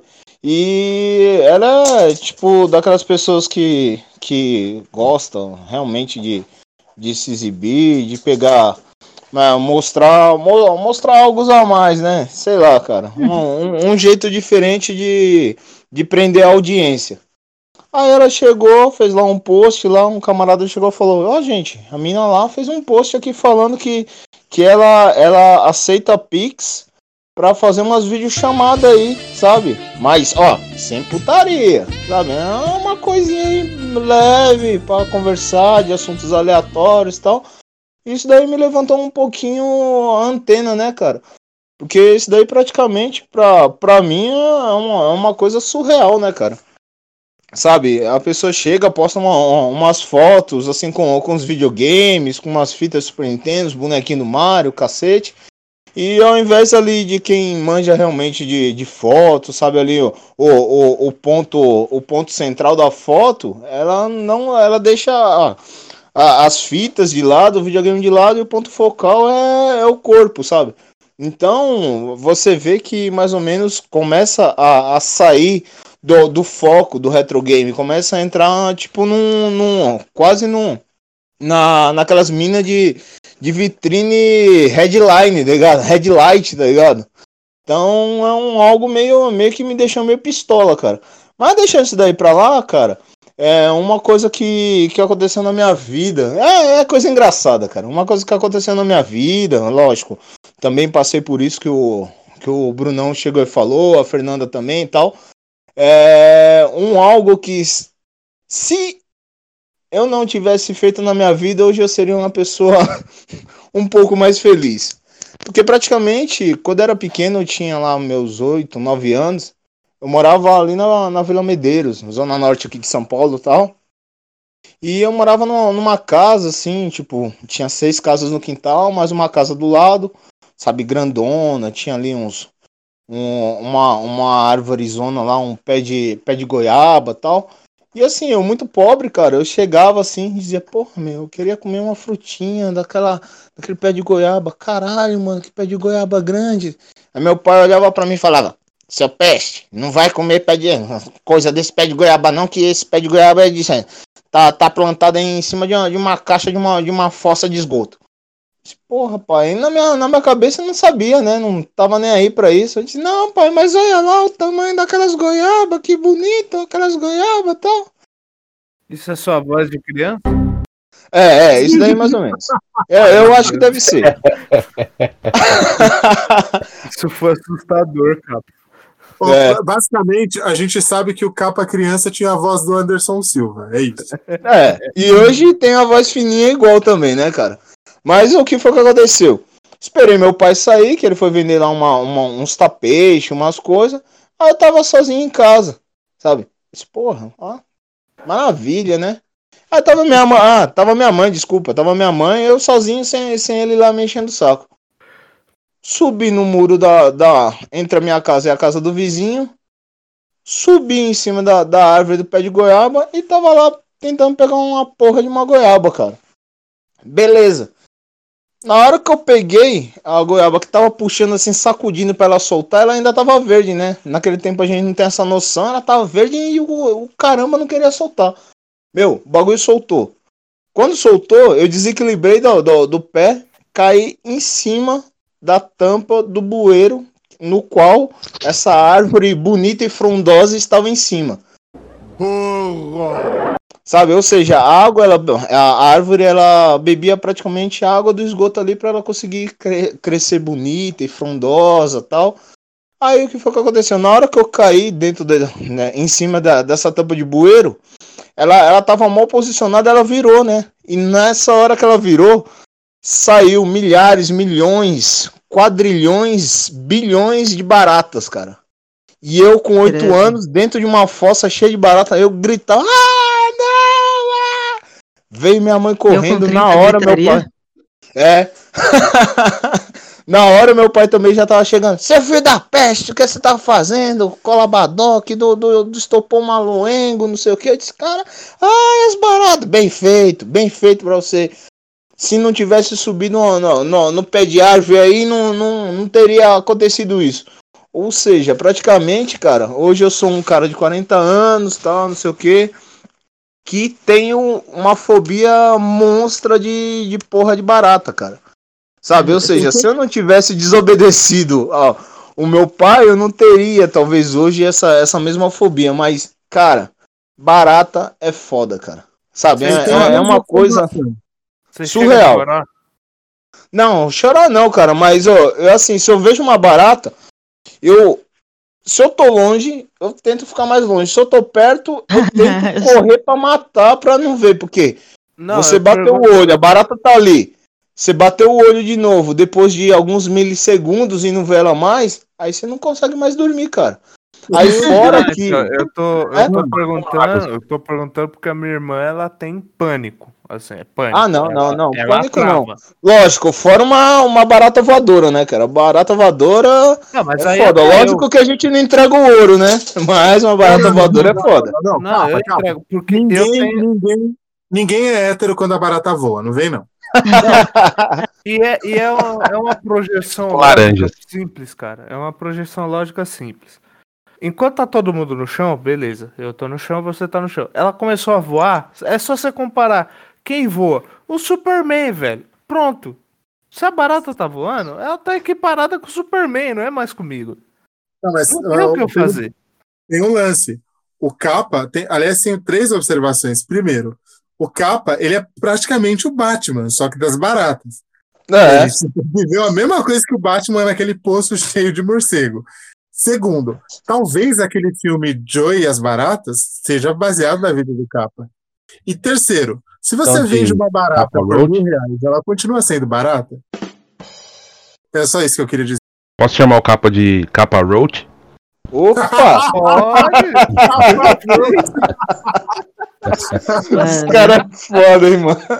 E ela é tipo daquelas pessoas que gostam realmente de se exibir, de pegar, mostrar algo a mais, né? Sei lá, cara. Um jeito diferente de prender a audiência. Aí ela chegou, fez lá um post, lá um camarada chegou e falou, ó, gente, a mina lá fez um post aqui falando que ela aceita Pix pra fazer umas videochamadas aí, sabe? Mas, ó, sem putaria, sabe? É uma coisinha aí leve pra conversar de assuntos aleatórios e tal. Isso daí me levantou um pouquinho a antena, né, cara? Porque isso daí praticamente, pra mim, é uma coisa surreal, né, cara? Sabe, a pessoa chega, posta umas fotos, assim, com os videogames, com umas fitas Super Nintendo, bonequinho do Mario, cacete. E ao invés ali de quem manja realmente de foto, sabe ali o ponto central da foto, ela deixa as fitas de lado, o videogame de lado, e o ponto focal é o corpo, sabe? Então você vê que mais ou menos começa a sair do foco do retro game, começa a entrar tipo quase naquelas minas de vitrine headline, tá ligado? Headlight, tá ligado? Então é algo meio que me deixou meio pistola, cara. Mas deixando isso daí pra lá, cara, é uma coisa que aconteceu na minha vida. É coisa engraçada, cara. Uma coisa que aconteceu na minha vida, lógico. Também passei por isso que o Brunão chegou e falou, a Fernanda também e tal. É algo que, se eu não tivesse feito na minha vida, hoje eu seria uma pessoa um pouco mais feliz. Porque praticamente, quando eu era pequeno, eu tinha lá meus 8, 9 anos, eu morava ali na Vila Medeiros, zona norte aqui de São Paulo e tal. E eu morava numa casa, assim, tipo, tinha 6 casas no quintal, mais uma casa do lado, sabe, grandona, tinha ali uma árvorezona lá, um pé de goiaba e tal. E assim, eu muito pobre, cara, eu chegava assim e dizia, porra, meu, eu queria comer uma frutinha daquele pé de goiaba. Caralho, mano, que pé de goiaba grande. Aí meu pai olhava pra mim e falava, seu peste, não vai comer coisa desse pé de goiaba não, que esse pé de goiaba tá plantado em cima de uma caixa de uma fossa de esgoto. Porra, pai, na minha cabeça eu não sabia, né? Não tava nem aí pra isso. Eu disse, não, pai, mas olha lá o tamanho daquelas goiabas, que bonito, aquelas goiabas e tal. Isso é sua voz de criança? Isso daí mais ou menos. Eu acho que deve ser. Isso foi assustador, cara. Basicamente, a gente sabe que o Capa criança tinha a voz do Anderson Silva, é isso. E hoje tem a voz fininha igual também, né, cara? Mas o que foi que aconteceu? Esperei meu pai sair, que ele foi vender lá uns tapetes, umas coisas. Aí eu tava sozinho em casa, sabe? Disse, porra, ó, maravilha, né? Aí tava minha mãe, desculpa. Tava minha mãe, eu sozinho, sem ele lá me enchendo o saco. Subi no muro entre a minha casa e a casa do vizinho. Subi em cima da árvore do pé de goiaba e tava lá tentando pegar uma porra de uma goiaba, cara. Beleza. Na hora que eu peguei a goiaba que tava puxando assim, sacudindo pra ela soltar, ela ainda tava verde, né? Naquele tempo a gente não tem essa noção, ela tava verde e o caramba não queria soltar. Meu, o bagulho soltou. Quando soltou, eu desequilibrei do pé, caí em cima da tampa do bueiro, no qual essa árvore bonita e frondosa estava em cima. Sabe, ou seja, a árvore ela bebia praticamente a água do esgoto ali para ela conseguir crescer bonita e frondosa, tal. Aí o que foi que aconteceu? Na hora que eu caí em cima dessa tampa de bueiro, ela tava mal posicionada, ela virou, né? E nessa hora que ela virou, saiu milhares, milhões, quadrilhões, bilhões de baratas, cara. E eu com 8 anos, dentro de uma fossa cheia de barata, eu gritava, Veio minha mãe correndo, com na 30 hora meu gritaria. pai... É. Na hora meu pai também já tava chegando. Seu filho da peste, o que você tá fazendo? Colabadoc, do estopou maluengo, não sei o que. Eu disse, cara, as baratas. Bem feito pra você. Se não tivesse subido no pé de árvore aí, não teria acontecido isso. Ou seja, praticamente, cara, hoje eu sou um cara de 40 anos, tal, não sei o que tenho uma fobia monstra de porra de barata, cara. Sabe? Ou seja, se eu não tivesse desobedecido o meu pai, eu não teria, talvez, hoje essa mesma fobia. Mas, cara, barata é foda, cara. Sabe? É uma coisa surreal. Não, chorar não, cara. Mas, eu assim, se eu vejo uma barata, se eu tô longe, eu tento ficar mais longe. Se eu tô perto, eu tento correr pra matar, pra não ver. Porque você bateu o olho, a barata tá ali. Você bateu o olho de novo, depois de alguns milissegundos e não vê ela mais, aí você não consegue mais dormir, cara. Aí fora que... Eu tô perguntando porque a minha irmã, ela tem pânico. Assim, é pânico. Não. Pânico não. Lógico, fora uma barata voadora, né, cara? Barata voadora mas é foda. Lógico que a gente não entrega o ouro, né? Mas uma barata voadora é foda. Não, eu entrego, porque ninguém é hétero quando a barata voa, não vem não. É uma projeção Laranja. lógica simples, cara. É uma projeção lógica simples. Enquanto tá todo mundo no chão, beleza. Eu tô no chão, você tá no chão. Ela começou a voar, é só você comparar. Quem voa? O Superman, velho. Pronto. Se a barata tá voando, ela tá equiparada com o Superman, não é mais comigo. Não, mas não tem o que eu fazer. Tem um lance. O Capa, aliás, tem 3 observações. Primeiro, o Capa, ele é praticamente o Batman, só que das baratas. Ele viveu a mesma coisa que o Batman naquele poço cheio de morcego. Segundo, talvez aquele filme Joy e as Baratas seja baseado na vida do Capa. E terceiro, se você vende uma barata por R$1.000, ela continua sendo barata? É só isso que eu queria dizer. Posso chamar o Capa de Capa Roach? Opa! Pode! Os caras é foda, hein, mano?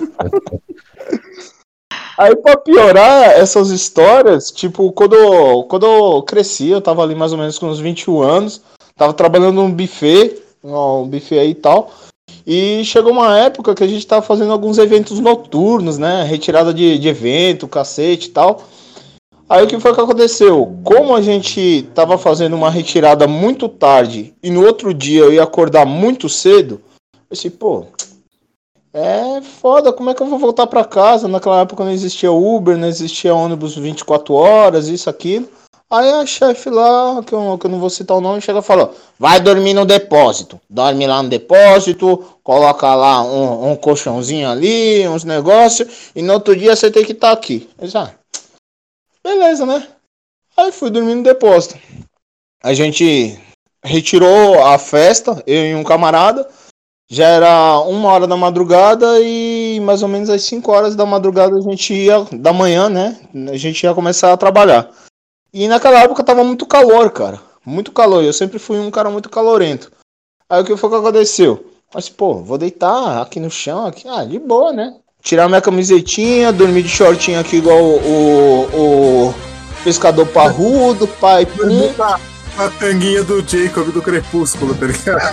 Aí, pra piorar essas histórias, tipo, quando eu cresci, eu tava ali mais ou menos com uns 21 anos, tava trabalhando num buffet, um buffet aí e tal, e chegou uma época que a gente tava fazendo alguns eventos noturnos, né, retirada de evento, cacete e tal. Aí o que foi que aconteceu? Como a gente tava fazendo uma retirada muito tarde, e no outro dia eu ia acordar muito cedo, eu disse, pô... É foda, como é que eu vou voltar pra casa? Naquela época não existia Uber, não existia ônibus 24 horas, isso, aquilo. Aí a chefe lá, que eu não vou citar o nome, chega e fala, vai dormir no depósito. Dorme lá no depósito, coloca lá um colchãozinho ali, uns negócios, e no outro dia você tem que estar aqui. Eu disse, beleza, né? Aí fui dormir no depósito. A gente retirou a festa, eu e um camarada. Já era 1h da madrugada e mais ou menos às 5h da madrugada da manhã, né? A gente ia começar a trabalhar. E naquela época tava muito calor, cara. Muito calor. Eu sempre fui um cara muito calorento. Aí o que foi que aconteceu? Mas, pô, vou deitar aqui no chão, aqui. De boa, né? Tirar minha camisetinha, dormir de shortinho aqui igual o pescador parrudo, pai, pum. A tanguinha do Jacob do Crepúsculo, tá ligado?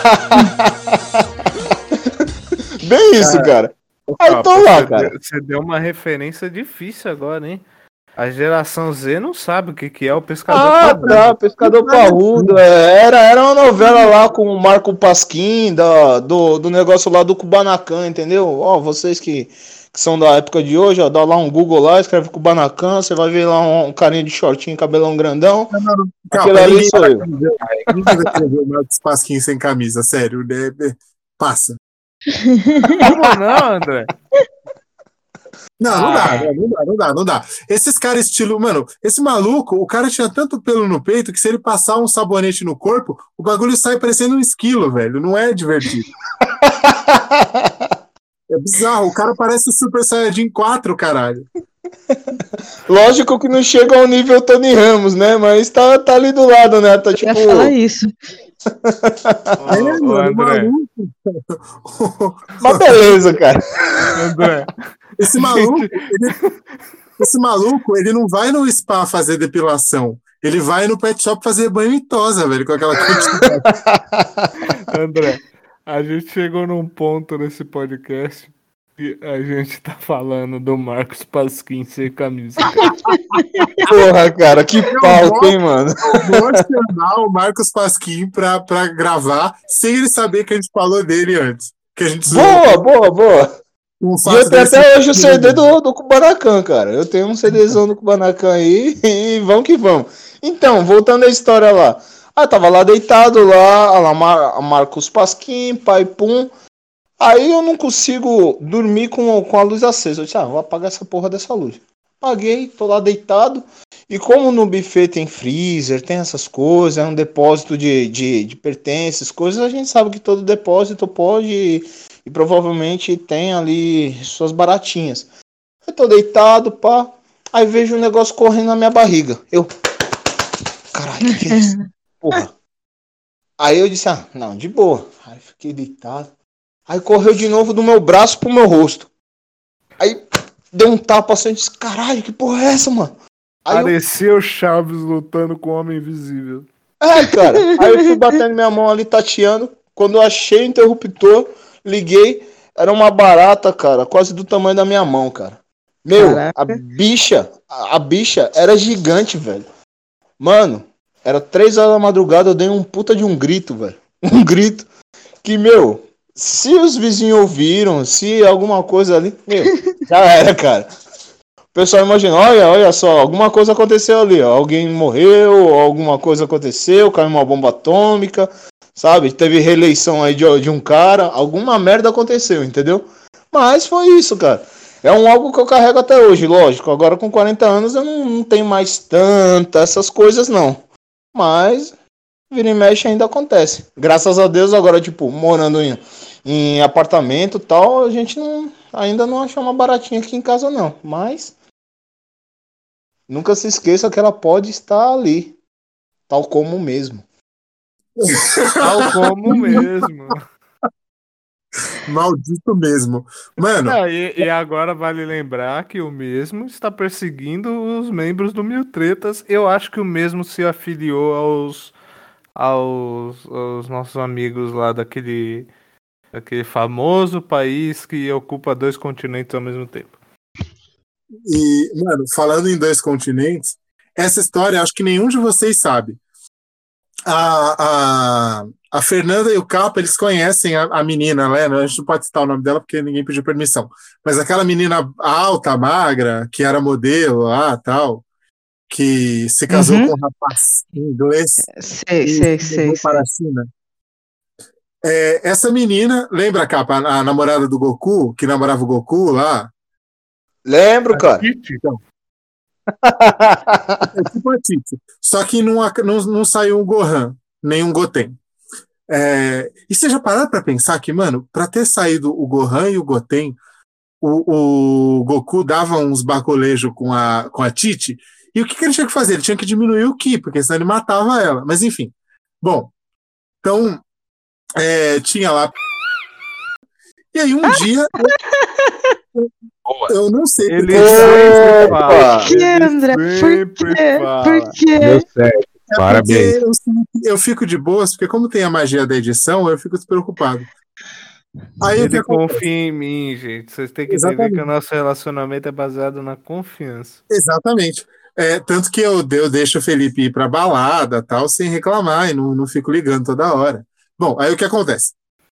Bem isso, cara. Aí tô lá, cara. Você deu uma referência difícil agora, hein? A geração Z não sabe o que é o pescador parrudo. Tá, pescador parrudo. Era uma novela lá com o Marco Pasquim, do negócio lá do Kubanacan, entendeu? Ó, vocês que são da época de hoje, ó, dá lá um Google lá, escreve Kubanacan, você vai ver lá um carinha de shortinho, cabelão grandão. Aquele ali sou eu. Ninguém vai escrever o Marco Pasquim sem camisa, sério. Passa. Como não, André? Não dá. Esses caras estilo, mano, esse maluco, o cara tinha tanto pelo no peito que se ele passar um sabonete no corpo, o bagulho sai parecendo um esquilo, velho. Não é divertido. É bizarro, o cara parece o Super Saiyajin 4, caralho. Lógico que não chega ao nível Tony Ramos, né? Mas tá ali do lado, né? Tá tipo. Eu ia falar isso. Ô, André. Mas beleza, cara. André. Esse maluco, ele não vai no spa fazer depilação. Ele vai no pet shop fazer banho e tosa, velho, com aquela quantidade. André, a gente chegou num ponto nesse podcast que a gente tá falando do Marcos Pasquim sem camisa. Porra, cara, que pauta, hein, mano? Eu vou chamar o Marcos Pasquim pra gravar, sem ele saber que a gente falou dele antes. Que a gente Boa. E eu tenho até hoje o CD do Kubanacan, cara. Eu tenho um CDzão do Kubanacan aí e vamos que vamos. Então, voltando à história lá. Tava lá deitado lá Marcos Pasquim, pai pum. Aí eu não consigo dormir com a luz acesa. Eu disse, vou apagar essa porra dessa luz. Apaguei, tô lá deitado. E como no buffet tem freezer, tem essas coisas, é um depósito de pertences, coisas, a gente sabe que todo depósito pode e provavelmente tem ali suas baratinhas. Eu tô deitado, pá. Aí vejo um negócio correndo na minha barriga. Caralho, que é isso? Porra. Aí eu disse, não, de boa. Aí fiquei deitado. Aí correu de novo do meu braço pro meu rosto. Aí deu um tapa assim, eu disse, caralho, que porra é essa, mano? Aí Parecia o Chaves lutando com o Homem Invisível. Cara. Aí eu fui batendo minha mão ali, tateando. Quando eu achei o interruptor, liguei. Era uma barata, cara, quase do tamanho da minha mão, cara. Meu, a bicha era gigante, velho. Mano, era 3 horas da madrugada, eu dei um puta de um grito, velho. Um grito que, meu, se os vizinhos ouviram, se alguma coisa ali, meu, já era, cara. O pessoal imagina, olha só, alguma coisa aconteceu ali, ó. Alguém morreu, alguma coisa aconteceu, caiu uma bomba atômica, sabe? Teve reeleição aí de um cara, alguma merda aconteceu, entendeu? Mas foi isso, cara. É algo que eu carrego até hoje, lógico. Agora com 40 anos eu não tenho mais essas coisas, não. Mas, vira e mexe ainda acontece. Graças a Deus, agora, tipo, morando em apartamento e tal, a gente ainda não achou uma baratinha aqui em casa, não. Mas, nunca se esqueça que ela pode estar ali. Tal como mesmo. Tal como mesmo. Maldito mesmo. Mano. E agora vale lembrar que o mesmo está perseguindo os membros do Mil Tretas. Eu acho que o mesmo se afiliou aos nossos amigos lá daquele famoso país que ocupa 2 continentes ao mesmo tempo. E, mano, falando em 2 continentes, essa história acho que nenhum de vocês sabe. A Fernanda e o Capa, eles conhecem a menina, né? A gente não pode citar o nome dela porque ninguém pediu permissão. Mas aquela menina alta, magra, que era modelo lá, tal, que se casou com um rapaz inglês Sei. para a China. Essa menina, lembra, Capa, a namorada do Goku, que namorava o Goku lá? Lembro, cara. Então. É tipo a Titi. Só que não saiu um Gohan, nem um Goten. E você já pararam pra pensar que, mano, pra ter saído o Gohan e o Goten, o Goku dava uns bacolejos com a Titi, e o que ele tinha que fazer? Ele tinha que diminuir o Ki, porque senão ele matava ela. Mas enfim. Bom, então tinha lá. E aí um dia eu não sei. Ele sempre fala. Por que, André? Por quê? Deu certo. Parabéns. Eu fico de boas, porque como tem a magia da edição, eu fico despreocupado. Aí ele confia em mim, gente. Vocês têm que entender que o nosso relacionamento é baseado na confiança. Exatamente. Tanto que eu deixo o Felipe ir pra balada, tal, sem reclamar, e não fico ligando toda hora. Bom, aí o que acontece?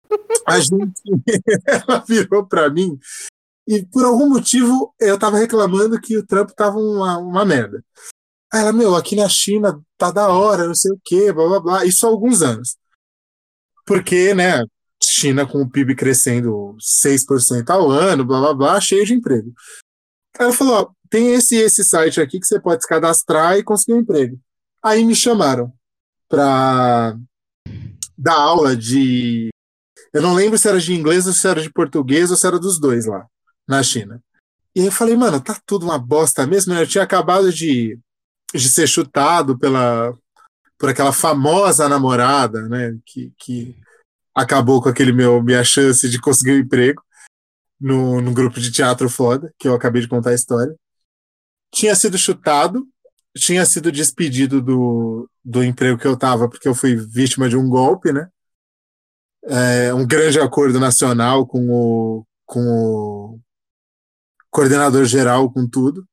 Ela virou pra mim e por algum motivo eu tava reclamando que o trampo tava uma merda. Aí ela, aqui na China tá da hora, não sei o que, blá blá blá, isso há alguns anos. Porque, né, China com o PIB crescendo 6% ao ano, blá blá blá, cheio de emprego. Aí ela falou, tem esse site aqui que você pode se cadastrar e conseguir um emprego. Aí me chamaram pra dar aula de... Eu não lembro se era de inglês ou se era de português ou se era dos dois lá, na China. E aí eu falei, mano, tá tudo uma bosta mesmo, né? Eu tinha acabado de ser chutado por aquela famosa namorada, né, que acabou com minha chance de conseguir um emprego no grupo de teatro foda, que eu acabei de contar a história. Tinha sido chutado, tinha sido despedido do emprego que eu estava, porque eu fui vítima de um golpe, né? Um grande acordo nacional com o coordenador geral, com tudo.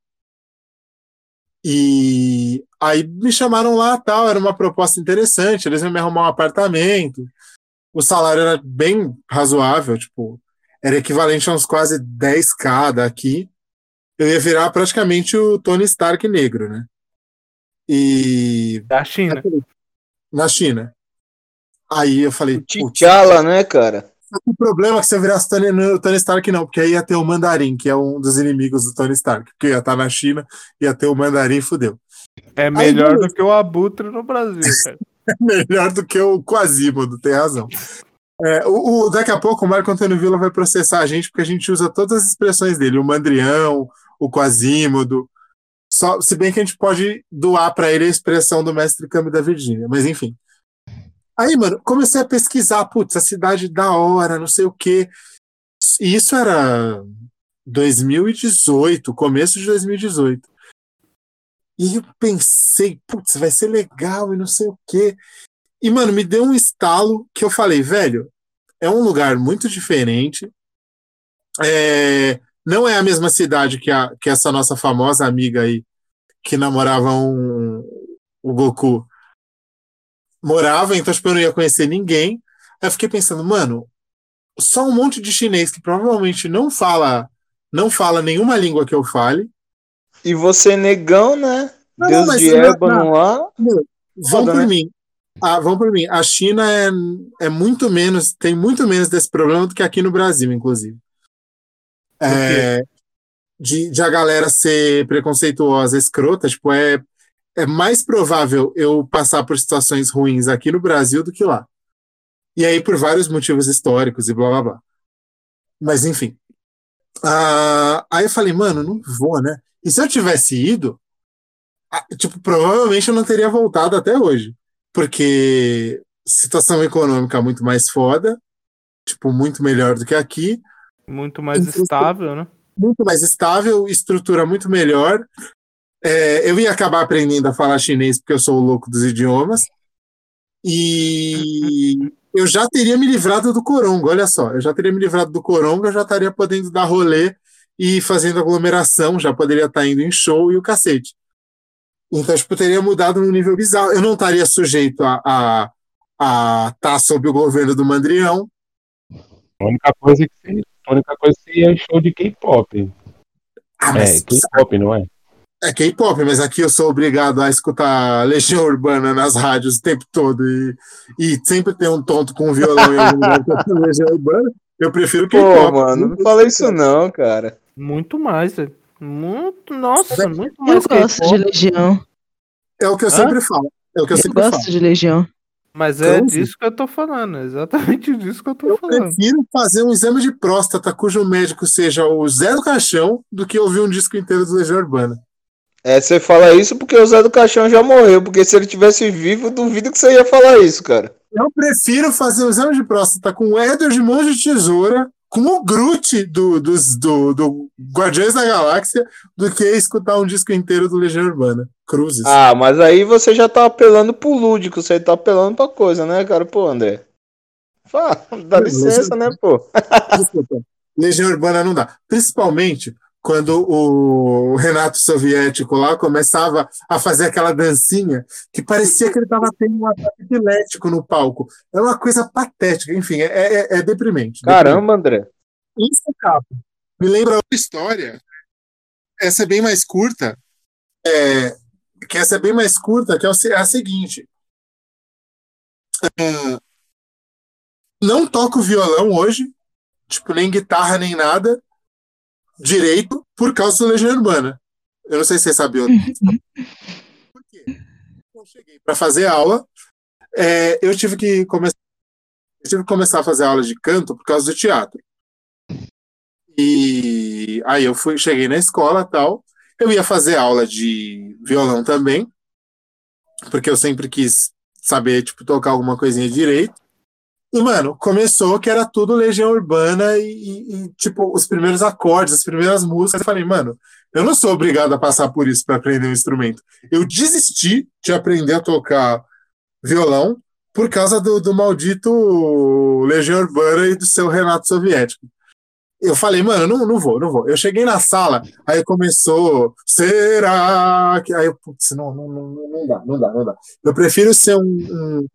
E aí me chamaram lá, tal, era uma proposta interessante, eles iam me arrumar um apartamento, o salário era bem razoável, tipo, era equivalente a uns quase 10K daqui. Eu ia virar praticamente o Tony Stark negro, né? E... Da China. Na China. Aí eu falei... T'Challa, né, cara? O problema é que se eu virasse Tony Stark, não, porque aí ia ter o Mandarim, que é um dos inimigos do Tony Stark, porque ia estar na China, ia ter o Mandarim, fudeu. É melhor do que o Abutre no Brasil, cara. É melhor do que o Quasimodo, tem razão. Daqui a pouco o Marco Antônio Villa vai processar a gente, porque a gente usa todas as expressões dele, o Mandrião, o Quasimodo, se bem que a gente pode doar para ele a expressão do mestre Kami da Virgínia, mas enfim. Aí, mano, comecei a pesquisar, putz, a cidade da hora, não sei o quê. E isso era 2018, começo de 2018. E eu pensei, putz, vai ser legal e não sei o quê. E, mano, me deu um estalo que eu falei, velho, é um lugar muito diferente. Não é a mesma cidade que essa nossa famosa amiga aí, que namorava o Goku, morava, então tipo, eu não ia conhecer ninguém. Aí eu fiquei pensando, mano, só um monte de chinês que provavelmente não fala nenhuma língua que eu fale. E você negão, né? Deus de ébano lá. Vão por mim. Vão por mim. A China é muito menos, tem muito menos desse problema do que aqui no Brasil, inclusive. De a galera ser preconceituosa, escrota, tipo, é mais provável eu passar por situações ruins aqui no Brasil do que lá. E aí por vários motivos históricos e blá blá blá. Mas enfim. Aí eu falei, mano, não vou, né? E se eu tivesse ido, tipo, provavelmente eu não teria voltado até hoje. Porque situação econômica muito mais foda, tipo, muito melhor do que aqui. Muito mais estável, né? Muito mais estável, estrutura muito melhor. Eu ia acabar aprendendo a falar chinês porque eu sou o louco dos idiomas. E eu já teria me livrado do coronga, olha só. Eu já teria me livrado do coronga, eu já estaria podendo dar rolê e fazendo aglomeração, já poderia estar indo em show e o cacete. Então, tipo, teria mudado num nível bizarro. Eu não estaria sujeito a estar sob o governo do Mandrião. A única coisa que seria é show de K-pop. K-pop, não é? É K-pop, mas aqui eu sou obrigado a escutar Legião Urbana nas rádios o tempo todo e sempre tem um tonto com um violão em algum lugar cantando Legião Urbana. Eu prefiro K-pop. Pô, mano, não fala isso não, cara. Muito mais, velho. Muito mais. Eu gosto de Legião. É o que eu sempre falo. Eu gosto de Legião. Mas é disso que eu tô falando, exatamente disso que eu tô falando. Eu prefiro fazer um exame de próstata cujo médico seja o Zé do Caixão do que ouvir um disco inteiro do Legião Urbana. Você fala isso porque o Zé do Caixão já morreu, porque se ele tivesse vivo, duvido que você ia falar isso, cara. Eu prefiro fazer o exame de próstata com o Éder de Mãos de Tesoura, com o Groot do Guardiões da Galáxia, do que escutar um disco inteiro do Legião Urbana. Cruzes. Mas aí você já tá apelando pro lúdico, você tá apelando pra coisa, né, cara? Pô, André. Dá licença, né, pô? Desculpa. Legião Urbana não dá. Principalmente quando o Renato Soviético lá começava a fazer aquela dancinha que parecia que ele estava tendo um ataque epilético no palco. É uma coisa patética. Enfim, é deprimente. Caramba, André. Isso, capa. Me lembra outra história. Essa é bem mais curta. Que é a seguinte. Não toco violão hoje, tipo, nem guitarra, nem nada, direito, por causa do Legião Urbana. Eu não sei se você sabia. Por quê? Eu cheguei para fazer aula, eu tive que começar a fazer aula de canto por causa do teatro. E aí eu cheguei na escola e tal, eu ia fazer aula de violão também, porque eu sempre quis saber, tipo, tocar alguma coisinha direito. E, mano, começou que era tudo Legião Urbana tipo, os primeiros acordes, as primeiras músicas. Eu falei, mano, eu não sou obrigado a passar por isso para aprender um instrumento. Eu desisti de aprender a tocar violão por causa do maldito Legião Urbana e do seu Renato Soviético. Eu falei, mano, não vou. Eu cheguei na sala, aí começou, será que... Aí eu, putz, não dá. Eu prefiro ser um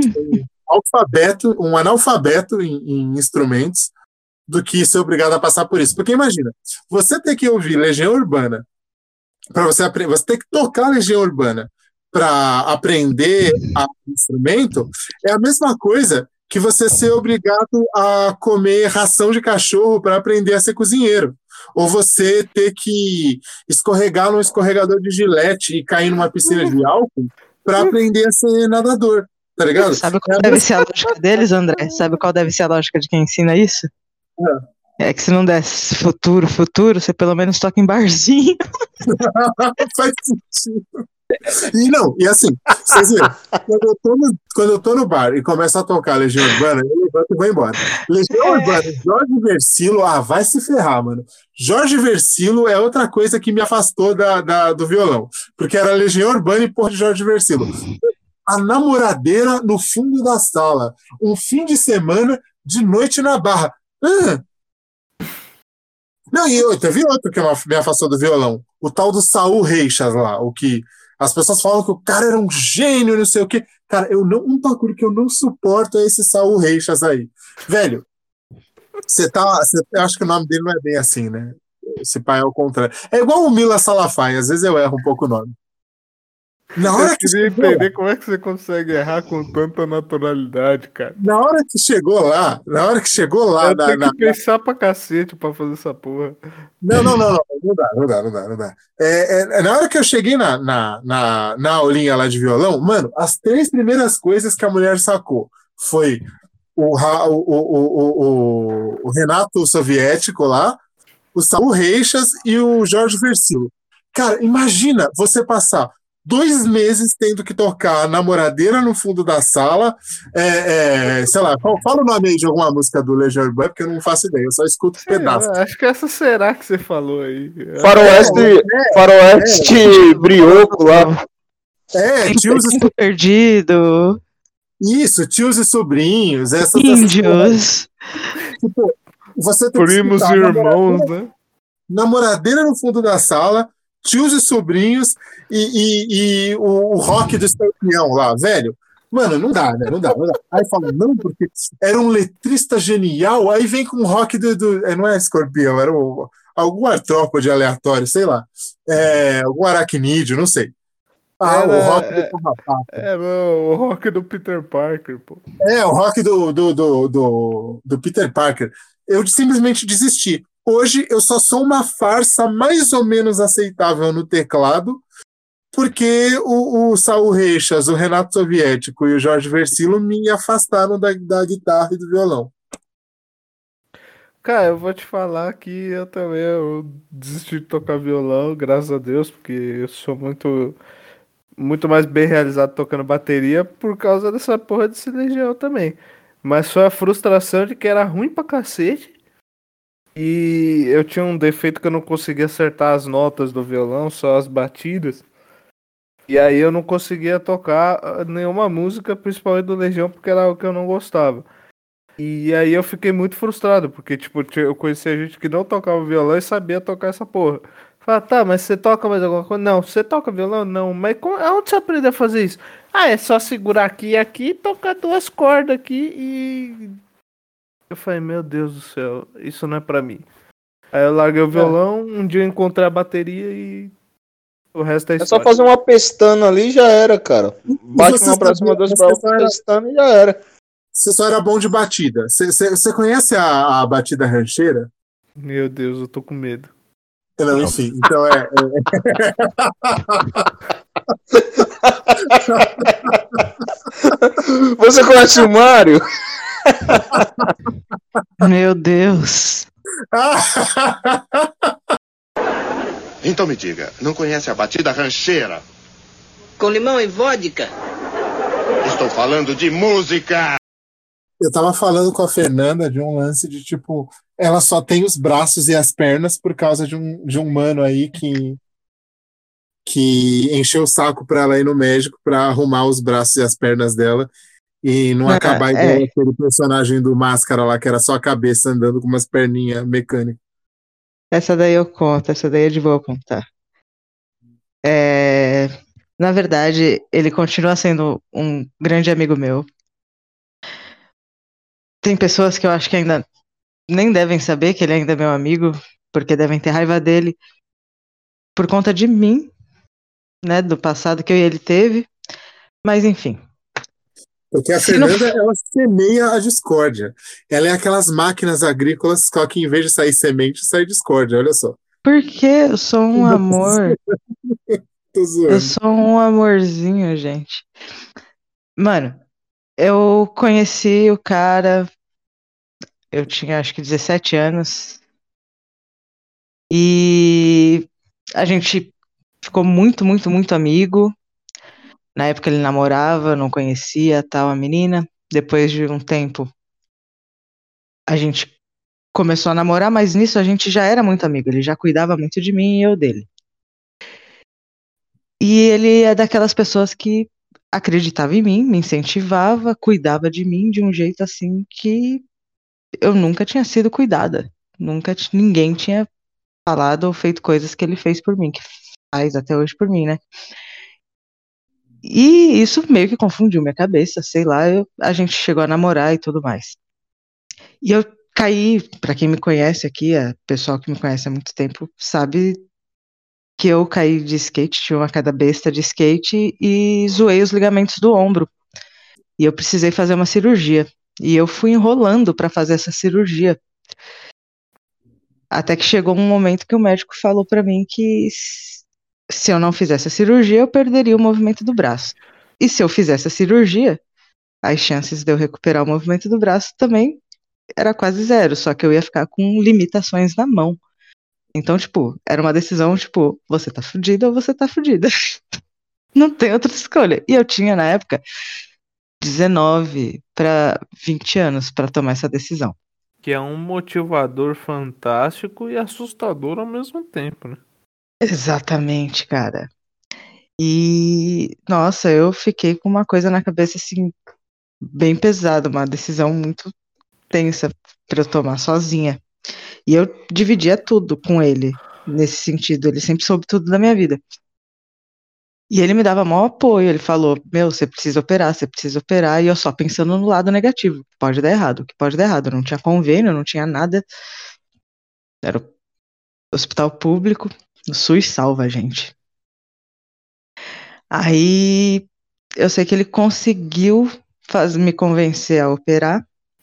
analfabeto em instrumentos do que ser obrigado a passar por isso. Porque imagina, você ter que ouvir Legião Urbana para você aprender, você ter que tocar Legião Urbana para aprender instrumento, é a mesma coisa que você ser obrigado a comer ração de cachorro para aprender a ser cozinheiro. Ou você ter que escorregar num escorregador de gilete e cair numa piscina de álcool para aprender a ser nadador. Tá ligado? Sabe qual deve ser a lógica deles, André? Sabe qual deve ser a lógica de quem ensina isso? É que se não desse futuro, você pelo menos toca em barzinho. Faz sentido. E assim, vocês viram, quando eu tô no bar e começo a tocar Legião Urbana, eu levanto e vou embora. Legião Urbana, Jorge Versilo, vai se ferrar, mano. Jorge Versilo é outra coisa que me afastou do violão, porque era Legião Urbana e porra de Jorge Versilo. A namoradeira no fundo da sala, um fim de semana de noite na Barra. Não, e teve outro que me afastou do violão, o tal do Saul Reixas lá, o que as pessoas falam que o cara era um gênio, não sei o quê. Cara, um bagulho que eu não suporto é esse Saul Reixas aí. Velho, eu acho que o nome dele não é bem assim, né? Esse pai é o contrário. É igual o Mila Salafai, às vezes eu erro um pouco o nome. Na hora eu queria entender como é que você consegue errar com tanta naturalidade, cara. Na hora que chegou lá. Eu tenho que pensar pra cacete pra fazer essa porra. Não dá. Na hora que eu cheguei na aulinha lá de violão, mano, as 3 primeiras coisas que a mulher sacou foi o Renato Soviético lá, o Saul Reixas e o Jorge Versilo. Cara, imagina você passar 2 meses tendo que tocar Namoradeira no fundo da sala, sei lá, fala o nome aí de alguma música do Legião Urbana, porque eu não faço ideia, eu só escuto pedaços. Acho que essa será que você falou aí. Faroeste Brioco lá. Tios e Perdido. Isso, Tios e Sobrinhos. Índios. Tipo, você tem Primos e irmãos, né? Namoradeira no fundo da sala, Tios e Sobrinhos e o rock do Escorpião lá, velho. Mano, não dá. Aí fala, não, porque era um letrista genial, aí vem com o rock não é Escorpião, era algum artrópode aleatório, sei lá. Algum aracnídeo, não sei. O rock o rock do Peter Parker, pô. O rock do Peter Parker. Eu simplesmente desisti. Hoje eu só sou uma farsa mais ou menos aceitável no teclado, porque o Saul Reixas, o Renato Soviético e o Jorge Versilo me afastaram da guitarra e do violão. Cara, eu vou te falar que eu desisti de tocar violão, graças a Deus, porque eu sou muito mais bem realizado tocando bateria por causa dessa porra desse Legião também. Mas foi a frustração de que era ruim pra cacete. E eu tinha um defeito que eu não conseguia acertar as notas do violão, só as batidas. E aí eu não conseguia tocar nenhuma música, principalmente do Legião, porque era algo que eu não gostava. E aí eu fiquei muito frustrado, porque tipo, eu conhecia gente que não tocava violão e sabia tocar essa porra. Falei, tá, mas você toca mais alguma coisa? Não. Você toca violão? Não. Mas aonde você aprendeu a fazer isso? É só segurar aqui e aqui e tocar 2 cordas aqui e... Eu falei, meu Deus do céu, isso não é pra mim. Aí eu larguei o violão, um dia eu encontrei a bateria e o resto é história. É só fazer uma pestana ali e já era, cara. Bate uma pra cima, 2 pra outra, pestana e já era. Você só era bom de batida. Você conhece a batida rancheira? Meu Deus, eu tô com medo. Não, enfim, então Você conhece o Mário? Meu Deus. Então me diga, não conhece a batida rancheira? Com limão e vodka. Estou falando de música! Eu tava falando com a Fernanda de um lance de, tipo, ela só tem os braços e as pernas por causa de um mano aí que encheu o saco pra ela ir no médico pra arrumar os braços e as pernas dela e não acabar igual aquele personagem do Máscara lá, que era só a cabeça andando com umas perninhas mecânicas. Essa daí eu conto, essa daí é de boa contar. Na verdade, ele continua sendo um grande amigo meu. Tem pessoas que eu acho que ainda nem devem saber que ele ainda é meu amigo, porque devem ter raiva dele por conta de mim, né, do passado que eu e ele teve. Mas enfim. Porque a Fernanda, ela semeia a discórdia. Ela é aquelas máquinas agrícolas, só que em vez de sair semente, sai discórdia, olha só. Porque eu sou um amor. Tô zoando. Eu sou um amorzinho, gente. Mano, eu conheci o cara, eu tinha acho que 17 anos, e a gente ficou muito, muito, muito amigo. Na época ele namorava, não conhecia tal a menina. Depois de um tempo, a gente começou a namorar, mas nisso a gente já era muito amigo. Ele já cuidava muito de mim e eu dele. E ele é daquelas pessoas que acreditava em mim, me incentivava, cuidava de mim de um jeito assim que eu nunca tinha sido cuidada. Ninguém tinha falado ou feito coisas que ele fez por mim, que faz até hoje por mim, né? E isso meio que confundiu minha cabeça, sei lá, a gente chegou a namorar e tudo mais. E eu caí, pra quem me conhece aqui, a pessoal que me conhece há muito tempo, sabe que eu caí de skate, tinha uma queda besta de skate e zoei os ligamentos do ombro. E eu precisei fazer uma cirurgia. E eu fui enrolando pra fazer essa cirurgia. Até que chegou um momento que o médico falou pra mim que se eu não fizesse a cirurgia, eu perderia o movimento do braço. E se eu fizesse a cirurgia, as chances de eu recuperar o movimento do braço também era quase zero, só que eu ia ficar com limitações na mão. Então, tipo, era uma decisão, tipo, você tá fudida ou você tá fudida. Não tem outra escolha. E eu tinha, na época, 19 para 20 anos para tomar essa decisão. Que é um motivador fantástico e assustador ao mesmo tempo, né? Exatamente, cara. E, nossa, eu fiquei com uma coisa na cabeça, assim, bem pesada, uma decisão muito tensa pra eu tomar sozinha. E eu dividia tudo com ele, nesse sentido, ele sempre soube tudo da minha vida. E ele me dava maior apoio, ele falou, meu, você precisa operar, e eu só pensando no lado negativo, pode dar errado, o que pode dar errado, não tinha convênio, não tinha nada, era o hospital público, o SUS salva a gente. Aí, eu sei que ele conseguiu me convencer a operar,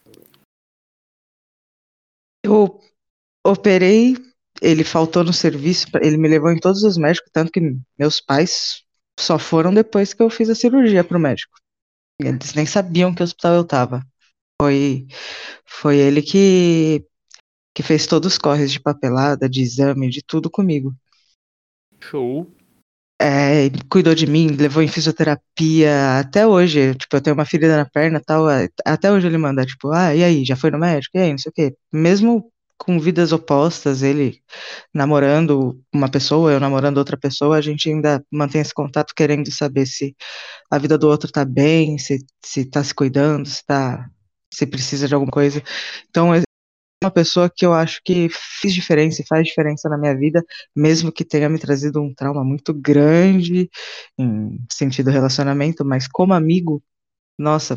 eu operei, ele faltou no serviço, ele me levou em todos os médicos, tanto que meus pais só foram depois que eu fiz a cirurgia pro médico. Eles nem sabiam que hospital eu tava. Foi ele que fez todos os corres de papelada, de exame, de tudo comigo. Show. Ele cuidou de mim, levou em fisioterapia até hoje. Tipo, eu tenho uma ferida na perna e tal. Até hoje ele manda, tipo, e aí, já foi no médico? E aí, não sei o quê. Mesmo com vidas opostas, ele namorando uma pessoa, eu namorando outra pessoa, a gente ainda mantém esse contato querendo saber se a vida do outro tá bem, se tá se cuidando, se precisa de alguma coisa. Então, é uma pessoa que eu acho que fez diferença e faz diferença na minha vida, mesmo que tenha me trazido um trauma muito grande em sentido relacionamento, mas como amigo, nossa,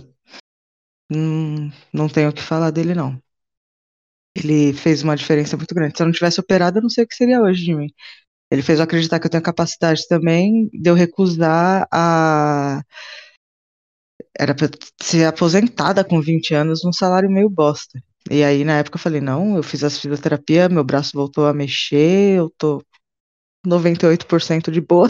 não tenho o que falar dele, não. Ele fez uma diferença muito grande. Se eu não tivesse operado, eu não sei o que seria hoje de mim. Ele fez eu acreditar que eu tenho capacidade também de eu recusar Era pra ser aposentada com 20 anos num salário meio bosta. E aí, na época, eu falei, não, eu fiz a fisioterapia, meu braço voltou a mexer, eu tô 98% de boa.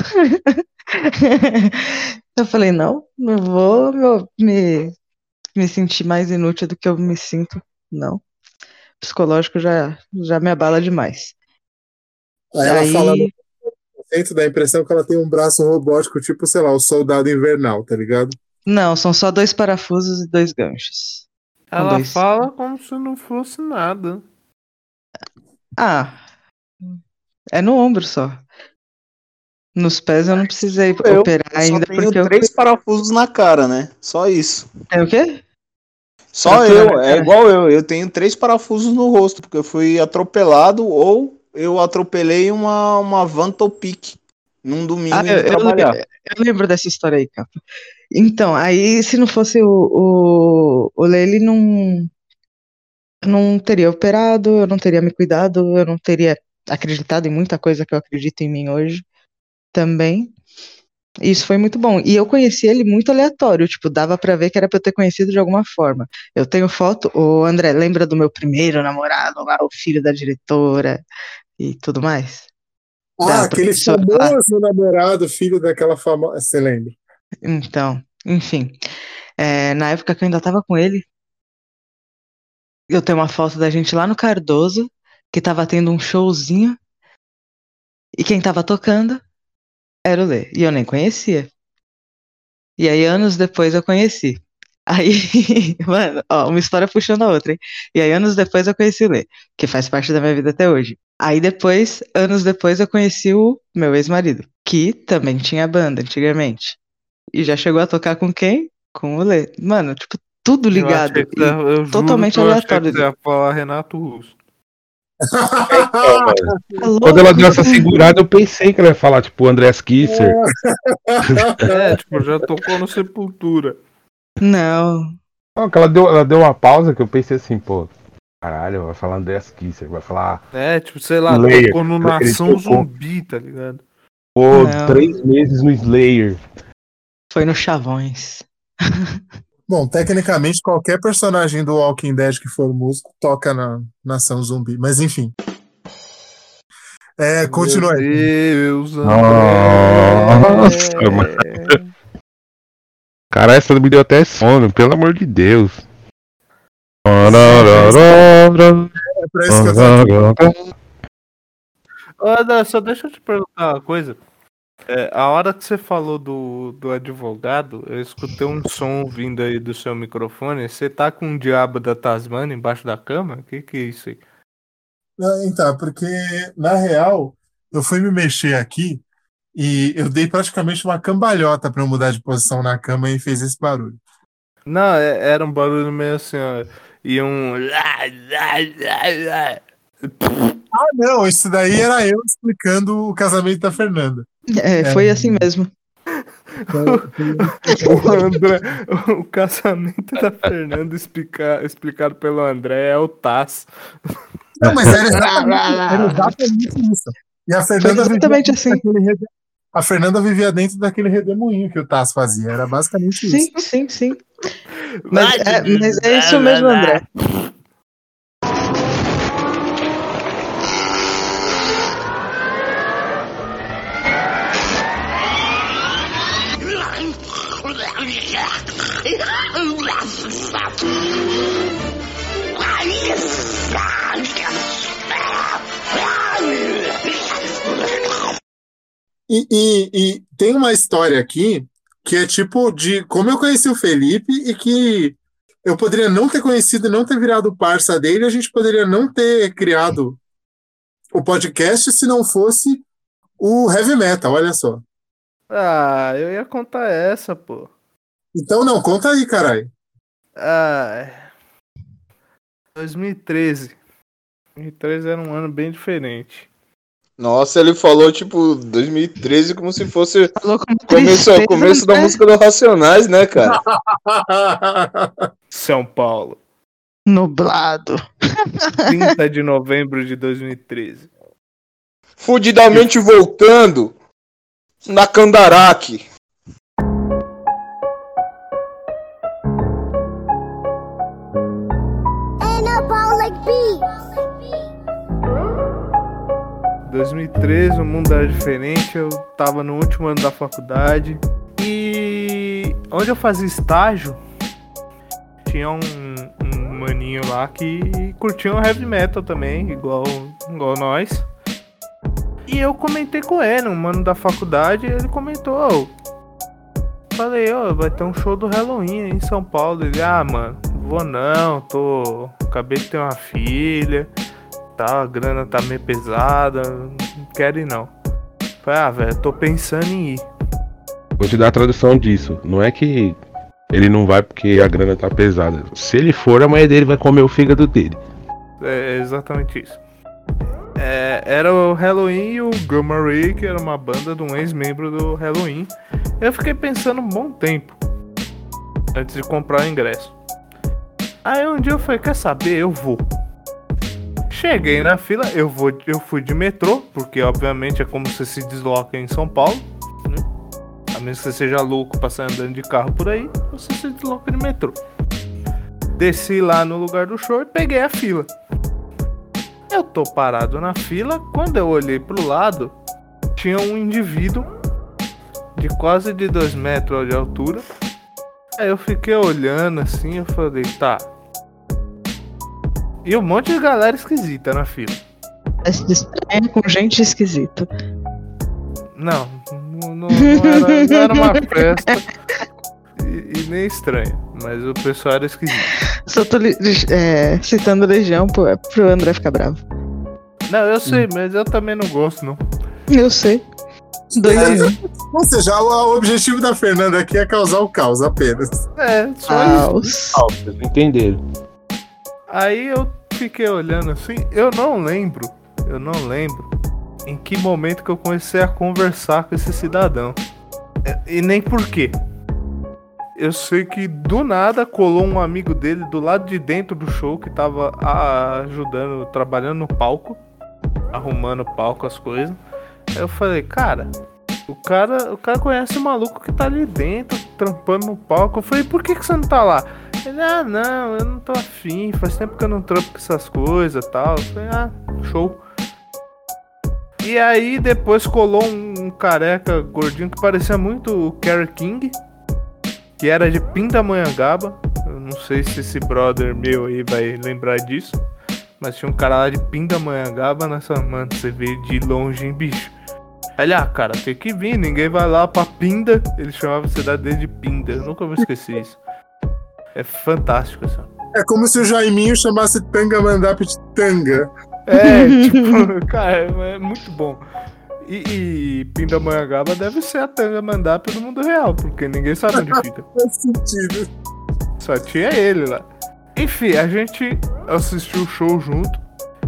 Eu falei, não vou me sentir mais inútil do que eu me sinto, não. Psicológico já me abala demais. Aí ela 90% dá a impressão que ela tem um braço robótico, tipo, sei lá, o Soldado Invernal, tá ligado? Não, são só 2 parafusos e 2 ganchos. São Ela dois. fala como se não fosse nada. Ah, é no ombro só. Nos pés eu não precisei Eu operar só ainda tenho porque eu 3 parafusos na cara, né? Só isso. É o quê? Só Fratura eu, na é cara? igual eu tenho 3 parafusos no rosto, porque eu fui atropelado ou eu atropelei uma Van Topic num domingo indo trabalhar. Eu lembro dessa história aí, Capa. Então, aí se não fosse o Lê, ele não teria operado, eu não teria me cuidado, eu não teria acreditado em muita coisa que eu acredito em mim hoje também. Isso foi muito bom. E eu conheci ele muito aleatório, tipo, dava pra ver que era pra eu ter conhecido de alguma forma. Eu tenho foto, o André, lembra do meu primeiro namorado lá, o filho da diretora e tudo mais? Ah, Da aquele professora lá. famoso namorado, filho daquela famosa. Você lembra? Então, enfim. Na época que eu ainda tava com ele, eu tenho uma foto da gente lá no Cardoso, que tava tendo um showzinho, e quem tava tocando era o Lê. E eu nem conhecia. E aí, anos depois, eu conheci. Aí, mano, ó, uma história puxando a outra, hein? E aí, anos depois, eu conheci o Lê, que faz parte da minha vida até hoje. Aí depois, anos depois, eu conheci o meu ex-marido, que também tinha banda antigamente. E já chegou a tocar com quem? Com o Lê. Mano, tipo, tudo ligado. Eu juro Totalmente que eu achei que aleatório. você ia falar Renato Russo. Então, mano, Tá louco? quando ela deu essa segurada, eu pensei que ela ia falar, tipo, Andreas Kisser. Tipo, já tocou no Sepultura. Não. Não, que ela deu uma pausa que eu pensei assim, pô, caralho, vai falar Andreas Kisser, vai falar. Tipo, sei lá, Slayer. tocou no Ele Nação tocou. Zumbi, tá ligado? Pô, Não. 3 meses no Slayer. Foi no Chavões. Bom, tecnicamente, qualquer personagem do Walking Dead que for músico toca na Nação Zumbi. Mas enfim. Continua aí. Meu Deus, Nossa, mano. Cara, essa me deu até sono, pelo amor de Deus. É pra isso que eu tô aqui. Olha, só deixa eu te perguntar uma coisa. A hora que você falou do advogado, eu escutei um som vindo aí do seu microfone. Você tá com um diabo da Tasmania embaixo da cama? Que é isso aí? Então, porque, na real, eu fui me mexer aqui e eu dei praticamente uma cambalhota pra eu mudar de posição na cama e fez esse barulho. Não, era um barulho meio assim, ó. E um. Ah, não, isso daí era eu explicando o casamento da Fernanda. Foi assim mesmo. O André, o casamento da Fernanda explicado pelo André é o Taz. Não, mas era exatamente isso. E a Fernanda exatamente assim. A Fernanda vivia dentro daquele redemoinho que o Taz fazia. Era basicamente isso. Sim. Mas é isso mesmo, André. E tem uma história aqui que é tipo de como eu conheci o Felipe e que eu poderia não ter conhecido e não ter virado parça dele, a gente poderia não ter criado o podcast se não fosse o heavy metal, olha só. Ah, eu ia contar essa, pô. Então não, conta aí, caralho. 2013. 2013 era um ano bem diferente. Nossa, ele falou tipo 2013 como se fosse o começo da música do Racionais, né, cara? São Paulo. Nublado. 30 de novembro de 2013. Fudidamente voltando na Candaraki. Anabolic Beats. 2013, o mundo era diferente, eu tava no último ano da faculdade e onde eu fazia estágio tinha um maninho lá que curtia um heavy metal também, igual nós. E eu comentei com ele, um mano da faculdade, e ele comentou, falei, vai ter um show do Halloween aí em São Paulo. Ele, mano, vou não, acabei de ter uma filha, tá, a grana tá meio pesada, não quero ir não. Falei, velho, tô pensando em ir. Vou te dar a tradução disso. Não é que ele não vai porque a grana tá pesada. Se ele for, a mãe dele vai comer o fígado dele. É exatamente isso. Era o Halloween e o Gamma Ray, que era uma banda de um ex-membro do Halloween. Eu fiquei pensando um bom tempo antes de comprar o ingresso. Aí um dia eu falei, quer saber? Eu vou. Cheguei na fila, eu fui de metrô, porque obviamente é como você se desloca em São Paulo, né? A menos que você seja louco pra sair andando de carro por aí, você se desloca de metrô. Desci lá no lugar do show e peguei a fila. Eu tô parado na fila, quando eu olhei pro lado, tinha um indivíduo de quase de 2 metros de altura. Aí eu fiquei olhando assim, eu falei, tá. E um monte de galera esquisita na fila. Se distraem com gente esquisita. Não era uma festa e nem estranha, mas o pessoal era esquisito. Só tô citando Legião pro André ficar bravo. Não, eu sei, mas eu também não gosto, não. Eu sei. Ou seja, o objetivo da Fernanda aqui é causar o caos apenas. Só isso. Vocês não entenderam. Aí eu fiquei olhando assim, eu não lembro em que momento que eu comecei a conversar com esse cidadão. E nem por quê. Eu sei que do nada colou um amigo dele do lado de dentro do show que tava ajudando, trabalhando no palco, arrumando o palco, as coisas. Aí eu falei, cara, o cara conhece o maluco que tá ali dentro, trampando no palco. Eu falei, por que você não tá lá? Ele, não, eu não tô afim, faz tempo que eu não trampo com essas coisas e tal. Eu falei, show. E aí depois colou um careca gordinho que parecia muito o Kerry King, que era de Pindamonhangaba. Eu não sei se esse brother meu aí vai lembrar disso, mas tinha um cara lá de Pindamonhangaba. Mano, você veio de longe, hein, bicho? Ele, cara, tem que vir, ninguém vai lá pra Pinda. Ele chamava a cidade dele de Pinda, eu nunca vou esquecer isso. É fantástico isso. É como se o Jaiminho chamasse Tangamandap de Tanga. Tipo, cara, é muito bom. E Pindamonhangaba deve ser a Tangamandap do mundo real, porque ninguém sabe onde fica. Faz sentido. Só tinha ele lá. Enfim, a gente assistiu o show junto.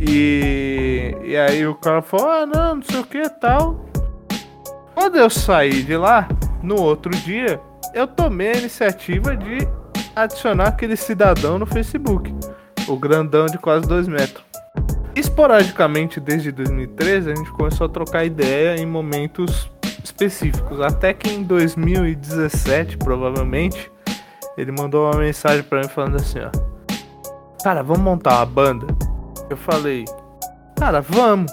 E aí o cara falou, não sei o que e tal. Quando eu saí de lá, no outro dia, eu tomei a iniciativa de adicionar aquele cidadão no Facebook. O grandão de quase 2 metros. Esporadicamente, desde 2013, a gente começou a trocar ideia em momentos específicos. Até que em 2017, provavelmente, ele mandou uma mensagem pra mim falando assim, cara, vamos montar uma banda? Eu falei, cara, vamos.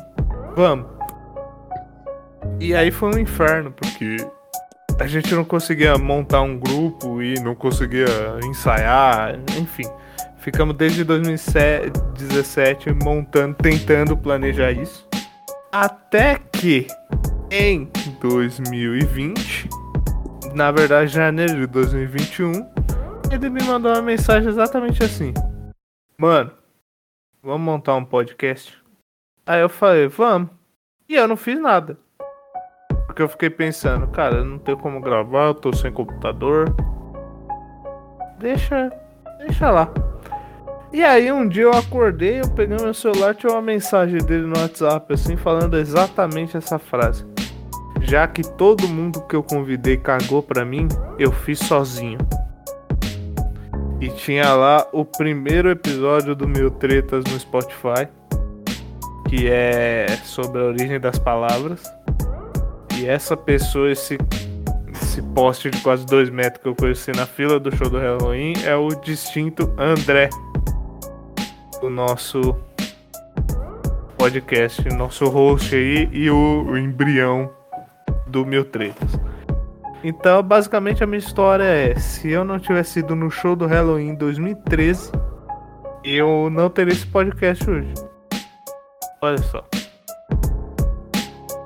E aí foi um inferno, porque a gente não conseguia montar um grupo e não conseguia ensaiar, enfim. Ficamos desde 2017 tentando planejar isso. Até que em 2020, na verdade janeiro de 2021, ele me mandou uma mensagem exatamente assim: mano, vamos montar um podcast? Aí eu falei, vamos. E eu não fiz nada. Porque eu fiquei pensando, cara, eu não tenho como gravar, eu tô sem computador. Deixa lá. E aí um dia eu acordei, eu peguei meu celular, tinha uma mensagem dele no WhatsApp, assim, falando exatamente essa frase: já que todo mundo que eu convidei cagou pra mim, eu fiz sozinho. E tinha lá o primeiro episódio do Mil Tretas no Spotify, que é sobre a origem das palavras. E essa pessoa, esse poste de quase 2 metros que eu conheci na fila do show do Halloween, é o distinto André, o nosso podcast, nosso host aí, e o embrião do Mil Tretas. Então, basicamente, a minha história é: se eu não tivesse ido no show do Halloween em 2013, eu não teria esse podcast hoje. Olha só.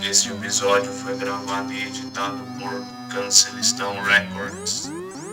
Este episódio foi gravado e editado por Cancelistão Records.